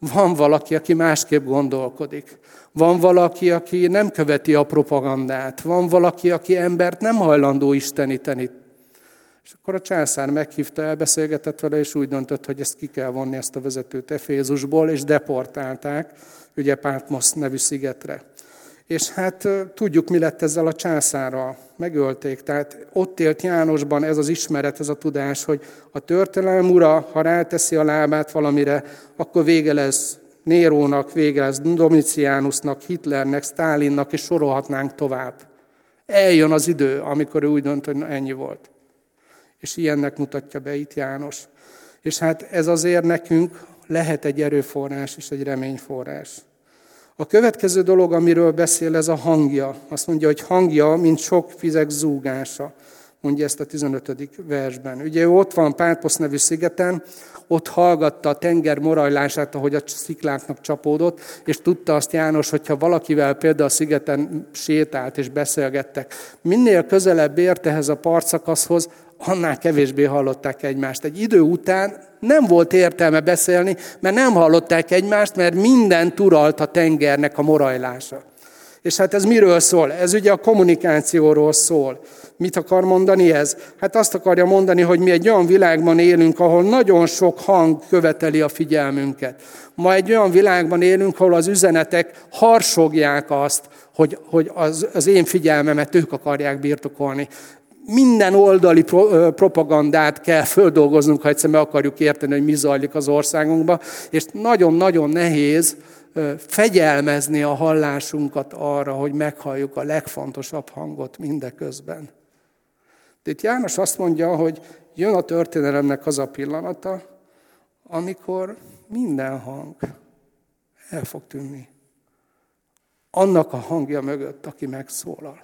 Van valaki, aki másképp gondolkodik. Van valaki, aki nem követi a propagandát. Van valaki, aki embert nem hajlandó isteníteni. És akkor a császár meghívta, elbeszélgetett vele, és úgy döntött, hogy ezt ki kell vonni, ezt a vezetőt Efézusból, és deportálták, ugye Patmos nevű szigetre. És hát tudjuk, mi lett ezzel a császárral. Megölték. Tehát ott élt Jánosban ez az ismeret, ez a tudás, hogy a történelem ura, ha ráteszi a lábát valamire, akkor vége lesz Nérónak, vége lesz Domitianusnak, Hitlernek, Sztálinnak, és sorolhatnánk tovább. Eljön az idő, amikor ő úgy dönt, hogy ennyi volt. És ilyennek mutatja be itt János. És hát ez azért nekünk lehet egy erőforrás és egy reményforrás. A következő dolog, amiről beszél, ez a hangja. Azt mondja, hogy hangja, mint sok vizek zúgása. Mondja ezt a 15. versben. Ugye ő ott van Patmos nevű szigeten, ott hallgatta a tenger morajlását, ahogy a szikláknak csapódott, és tudta azt János, hogyha valakivel például a szigeten sétált és beszélgettek, minél közelebb ért ehhez a partszakaszhoz, annál kevésbé hallották egymást. Egy idő után nem volt értelme beszélni, mert nem hallották egymást, mert mindent uralt a tengernek a morajlása. És hát ez miről szól? Ez ugye a kommunikációról szól. Mit akar mondani ez? Hát azt akarja mondani, hogy mi egy olyan világban élünk, ahol nagyon sok hang követeli a figyelmünket. Ma egy olyan világban élünk, ahol az üzenetek harsogják azt, hogy az én figyelmemet ők akarják birtokolni. Minden oldali propagandát kell földolgoznunk, ha egyszer meg akarjuk érteni, hogy mi zajlik az országunkban, és nagyon-nagyon nehéz fegyelmezni a hallásunkat arra, hogy meghalljuk a legfontosabb hangot mindeközben. De itt János azt mondja, hogy jön a történelemnek az a pillanata, amikor minden hang el fog tűnni. Annak a hangja mögött, aki megszólal.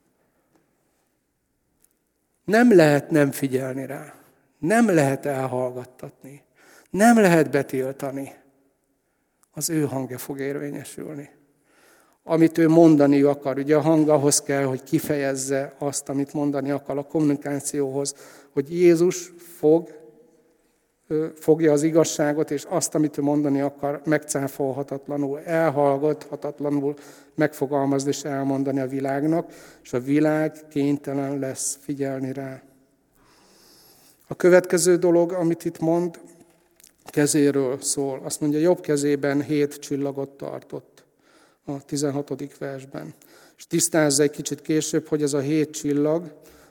Nem lehet nem figyelni rá, nem lehet elhallgattatni, nem lehet betiltani. Az ő hangja fog érvényesülni. Amit ő mondani akar, ugye a hang ahhoz kell, hogy kifejezze azt, amit mondani akar a kommunikációhoz, hogy Jézus fogja az igazságot, és azt, amit ő mondani akar, megcáfolhatatlanul, elhallgathatatlanul megfogalmazni és elmondani a világnak, és a világ kénytelen lesz figyelni rá. A következő dolog, amit itt mond, kezéről szól. Azt mondja, jobb kezében 7 csillagot tartott a 16. versben. És tisztázza egy kicsit később, hogy ez a 7 csillag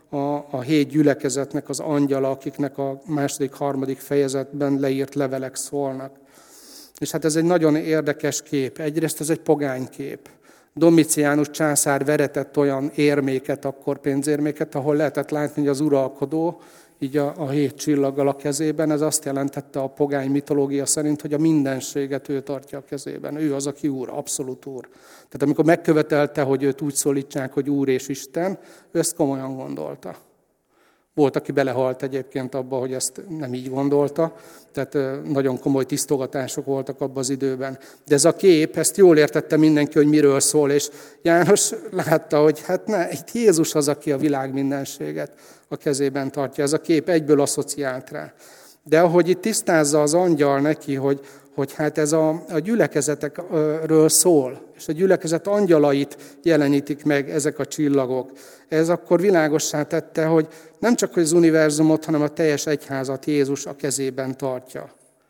a 7 gyülekezetnek az angyala, akiknek a 2.-3. fejezetben leírt levelek szólnak. És hát ez egy nagyon érdekes kép. Egyrészt ez egy pogány kép. Domitianus császár veretett olyan érméket, akkor pénzérméket, ahol lehetett látni, hogy az uralkodó, így a 7 csillaggal a kezében, ez azt jelentette a pogány mitológia szerint, hogy a mindenséget ő tartja a kezében. Ő az, aki úr, abszolút úr. Tehát amikor megkövetelte, hogy őt úgy szólítsák, hogy úr és Isten, ő ezt komolyan gondolta. Volt, aki belehalt egyébként abba, hogy ezt nem így gondolta, tehát nagyon komoly tisztogatások voltak abban az időben. De ez a kép, ezt jól értette mindenki, hogy miről szól, és János látta, hogy hát itt Jézus az, aki a világ mindenséget a kezében tartja. Ez a kép egyből asszociált rá. De ahogy itt tisztázza az angyal neki, hogy hát ez a gyülekezetekről szól, és a gyülekezet angyalait jelenítik meg ezek a csillagok. Ez akkor világossá tette, hogy nem csak az univerzumot, hanem a teljes egyházat Jézus a kezében tartja.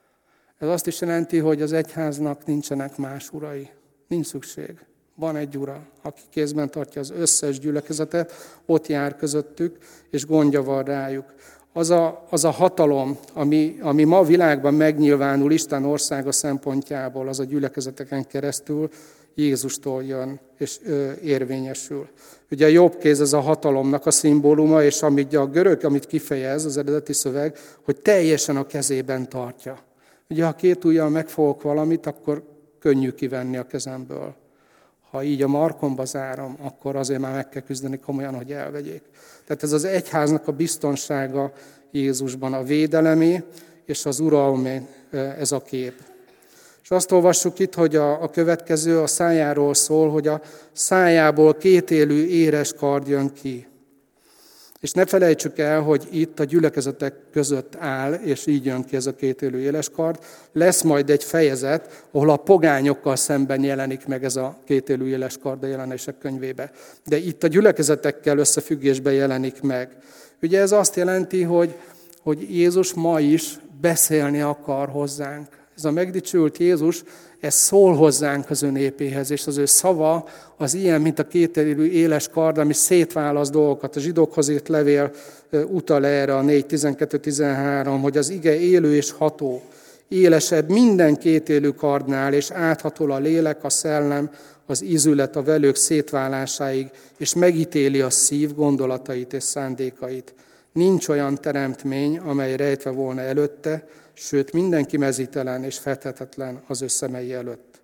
Ez azt is jelenti, hogy az egyháznak nincsenek más urai. Nincs szükség. Van egy ura, aki kézben tartja az összes gyülekezetet, ott jár közöttük, és gondja van rájuk. Az a hatalom, ami ma a világban megnyilvánul Isten országa szempontjából, az a gyülekezeteken keresztül Jézustól jön és érvényesül. Ugye a jobb kéz ez a hatalomnak a szimbóluma, és amit a görög, amit kifejez az eredeti szöveg, hogy teljesen a kezében tartja. Ugye ha 2 ujjal megfogok valamit, akkor könnyű kivenni a kezemből. Ha így a markomba zárom, akkor azért már meg kell küzdeni komolyan, hogy elvegyék. Tehát ez az egyháznak a biztonsága Jézusban, a védelemé és az uralmé ez a kép. És azt olvassuk itt, hogy a következő a szájáról szól, hogy a szájából 2 élő éres kard jön ki. És ne felejtsük el, hogy itt a gyülekezetek között áll, és így jön ki ez a kétélű éleskard. Lesz majd egy fejezet, ahol a pogányokkal szemben jelenik meg ez a kétélű éleskard a Jelenések könyvébe. De itt a gyülekezetekkel összefüggésben jelenik meg. Ugye ez azt jelenti, hogy Jézus ma is beszélni akar hozzánk. Ez a megdicsült Jézus, ez szól hozzánk az ő népéhez, és az ő szava az ilyen, mint a kétélű éles kard, ami szétválaszt dolgokat. A zsidókhoz írt levél utal erre a 4.12.13, hogy az ige élő és ható, élesebb minden kétélű kardnál, és áthatol a lélek, a szellem, az ízület, a velők szétválásáig, és megítéli a szív gondolatait és szándékait. Nincs olyan teremtmény, amely rejtve volna előtte, sőt, mindenki mezítelen és fethetetlen az ő szemei előtt.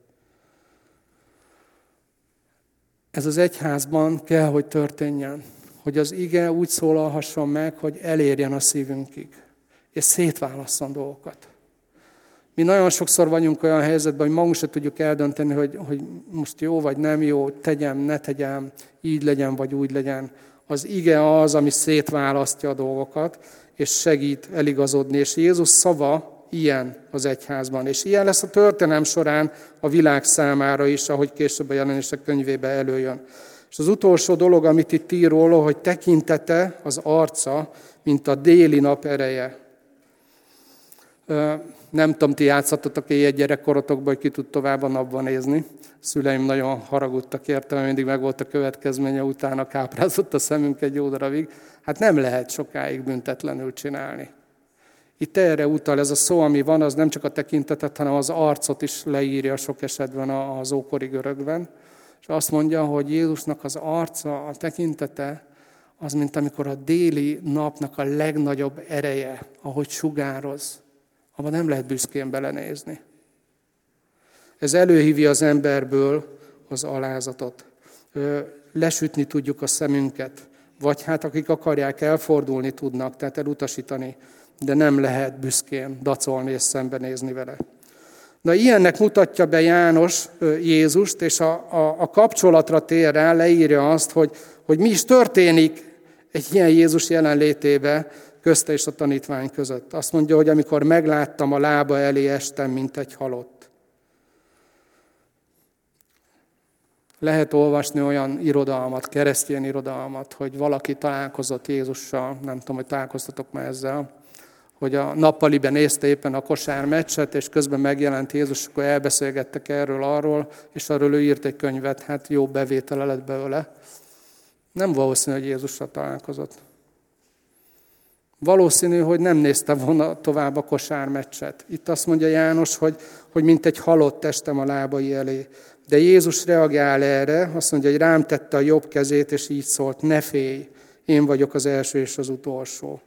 Ez az egyházban kell, hogy történjen, hogy az ige úgy szólalhasson meg, hogy elérjen a szívünkig, és szétválasszon dolgokat. Mi nagyon sokszor vagyunk olyan helyzetben, hogy magunk se tudjuk eldönteni, hogy most jó vagy nem jó, tegyem, ne tegyem, így legyen vagy úgy legyen. Az ige az, ami szétválasztja a dolgokat, és segít eligazodni. És Jézus szava ilyen az egyházban. És ilyen lesz a történelem során a világ számára is, ahogy később a Jelenések könyvében előjön. És az utolsó dolog, amit itt ír róla, hogy tekintete az arca, mint a déli nap ereje. Nem tudom, ti játszottatok egy gyerekkorotokban, hogy ki tud tovább a napban nézni. A szüleim nagyon haragudtak érte, mert mindig meg volt a következménye, utána káprázott a szemünk egy jó darabig. Hát nem lehet sokáig büntetlenül csinálni. Itt erre utal ez a szó, ami van, az nem csak a tekintetet, hanem az arcot is leírja sok esetben az ókori görögben. És azt mondja, hogy Jézusnak az arca, a tekintete, az, mint amikor a déli napnak a legnagyobb ereje, ahogy sugároz. Abban nem lehet büszkén belenézni. Ez előhívja az emberből az alázatot. Lesütni tudjuk a szemünket, vagy hát akik akarják, elfordulni tudnak, tehát elutasítani, de nem lehet büszkén dacolni és szembenézni vele. Na, ilyennek mutatja be János Jézust, és a kapcsolatra tér rá, leírja azt, hogy mi is történik egy ilyen Jézus jelenlétébe, közte és a tanítvány között. Azt mondja, hogy amikor megláttam, a lába elé estem, mint egy halott. Lehet olvasni olyan irodalmat, keresztény irodalmat, hogy valaki találkozott Jézussal, nem tudom, hogy találkoztatok már ezzel, hogy a nappaliben nézte éppen a kosármeccset, és közben megjelent Jézus, akkor elbeszélgettek erről-arról, és arról ő írt egy könyvet, hát jó bevétele lett belőle. Nem valószínű, hogy Jézussal találkozott. Valószínű, hogy nem nézte volna tovább a kosármeccset. Itt azt mondja János, hogy mint egy halott testem a lábai elé. De Jézus reagál erre, azt mondja, hogy rám tette a jobb kezét, és így szólt, ne félj, én vagyok az első és az utolsó.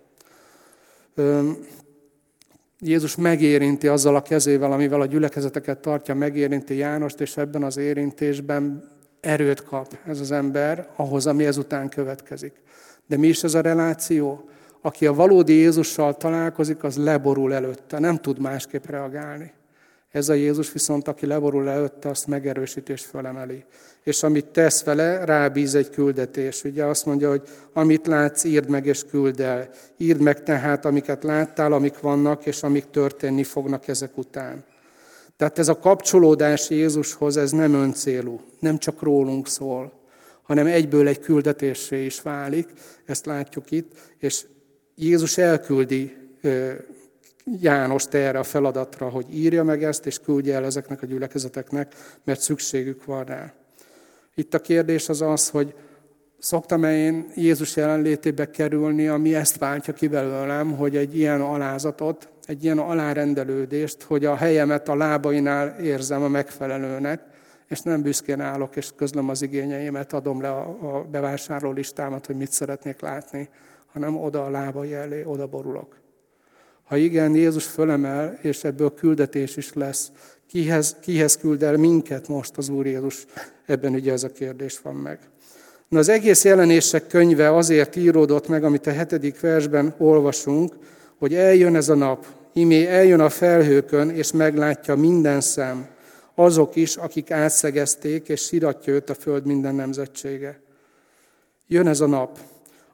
Jézus megérinti azzal a kezével, amivel a gyülekezeteket tartja, megérinti Jánost, és ebben az érintésben erőt kap ez az ember ahhoz, ami ezután következik. De mi is ez a reláció? Aki a valódi Jézussal találkozik, az leborul előtte, nem tud másképp reagálni. Ez a Jézus viszont, aki leborul előtte, azt megerősít és fölemeli. És amit tesz vele, rábíz egy küldetés. Ugye azt mondja, hogy amit látsz, írd meg és küldd el. Írd meg tehát, amiket láttál, amik vannak, és amik történni fognak ezek után. Tehát ez a kapcsolódás Jézushoz, ez nem öncélú, nem csak rólunk szól, hanem egyből egy küldetéssé is válik. Ezt látjuk itt, és Jézus elküldi Jánost erre a feladatra, hogy írja meg ezt, és küldje el ezeknek a gyülekezeteknek, mert szükségük van rá. Itt a kérdés az, hogy szoktam-e én Jézus jelenlétébe kerülni, ami ezt váltja ki belőlem, hogy egy ilyen alázatot, egy ilyen alárendelődést, hogy a helyemet a lábainál érzem a megfelelőnek, és nem büszkén állok, és közlöm az igényeimet, adom le a bevásárló listámat, hogy mit szeretnék látni, hanem oda a lábai elé, oda borulok. Ha igen, Jézus fölemel, és ebből küldetés is lesz. Kihez küld el minket most az Úr Jézus? Ebben ugye ez a kérdés van meg. Na, az egész Jelenések könyve azért íródott meg, amit a 7. versben olvasunk, hogy eljön ez a nap, imé eljön a felhőkön, és meglátja minden szem, azok is, akik átszegezték, és síratja őt a föld minden nemzetsége. Jön ez a nap.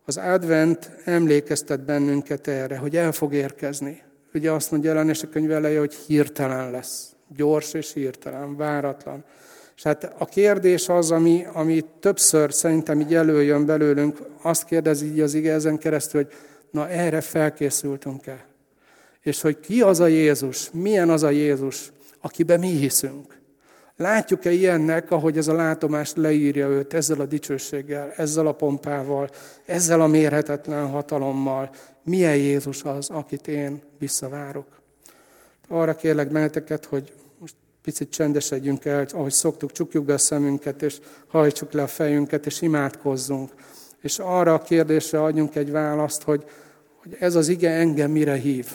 Az advent emlékeztet bennünket erre, hogy el fog érkezni. Ugye azt mondja Jelenések a könyv eleje, hogy hirtelen lesz. Gyors és hirtelen, váratlan. És hát a kérdés az, ami többször szerintem így előjön belőlünk, azt kérdezi így az ige ezen keresztül, hogy na erre felkészültünk-e? És hogy ki az a Jézus, milyen az a Jézus, akiben mi hiszünk? Látjuk-e ilyennek, ahogy ez a látomás leírja őt ezzel a dicsőséggel, ezzel a pompával, ezzel a mérhetetlen hatalommal? Milyen Jézus az, akit én visszavárok? Arra kérlek benneteket, hogy most picit csendesedjünk el, ahogy szoktuk, csukjuk be a szemünket, és hajtsuk le a fejünket, és imádkozzunk. És arra a kérdésre adjunk egy választ, hogy ez az ige engem mire hív.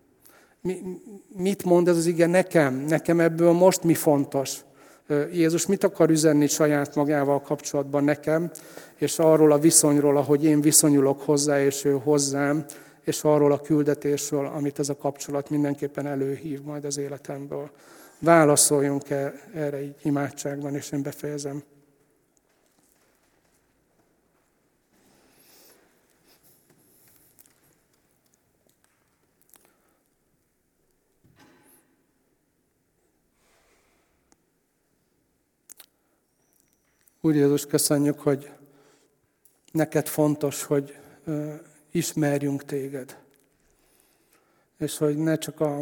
Mit mond ez az ige nekem? Nekem ebből most mi fontos? Jézus mit akar üzenni saját magával kapcsolatban nekem, és arról a viszonyról, ahogy én viszonyulok hozzá, és ő hozzám, és arról a küldetésről, amit ez a kapcsolat mindenképpen előhív majd az életemből. Válaszoljunk erre így imádságban, és én befejezem. Úr Jézus, köszönjük, hogy neked fontos, hogy ismerjünk téged. És hogy ne csak a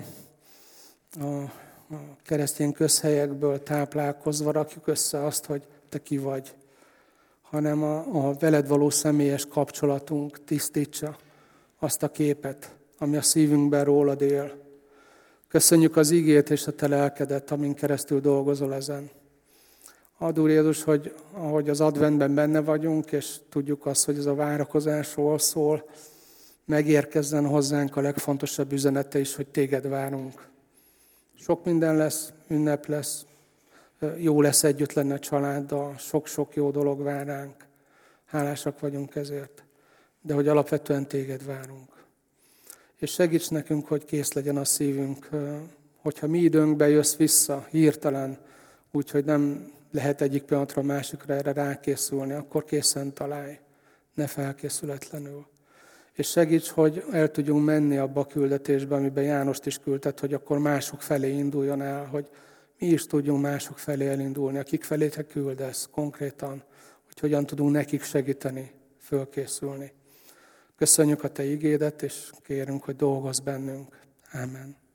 keresztény közhelyekből táplálkozva rakjuk össze azt, hogy te ki vagy, hanem a veled való személyes kapcsolatunk tisztítsa azt a képet, ami a szívünkben rólad él. Köszönjük az igét és a te lelkedet, amin keresztül dolgozol ezen. Add, Úr Jézus, hogy ahogy az adventben benne vagyunk, és tudjuk azt, hogy ez a várakozásról szól, megérkezzen hozzánk a legfontosabb üzenete is, hogy téged várunk. Sok minden lesz, ünnep lesz, jó lesz együtt lenni a családdal, sok-sok jó dolog vár ránk. Hálásak vagyunk ezért, de hogy alapvetően téged várunk. És segíts nekünk, hogy kész legyen a szívünk, hogyha mi időnkbe jössz vissza hirtelen, úgyhogy nem lehet egyik pillanatra a másikra erre rákészülni, akkor készen találj, ne felkészületlenül. És segíts, hogy el tudjunk menni abba a küldetésbe, amiben Jánost is küldted, hogy akkor mások felé induljon el, hogy mi is tudjunk mások felé elindulni, akik felé te küldesz konkrétan, hogy hogyan tudunk nekik segíteni, fölkészülni. Köszönjük a te igédet, és kérünk, hogy dolgozz bennünk. Amen.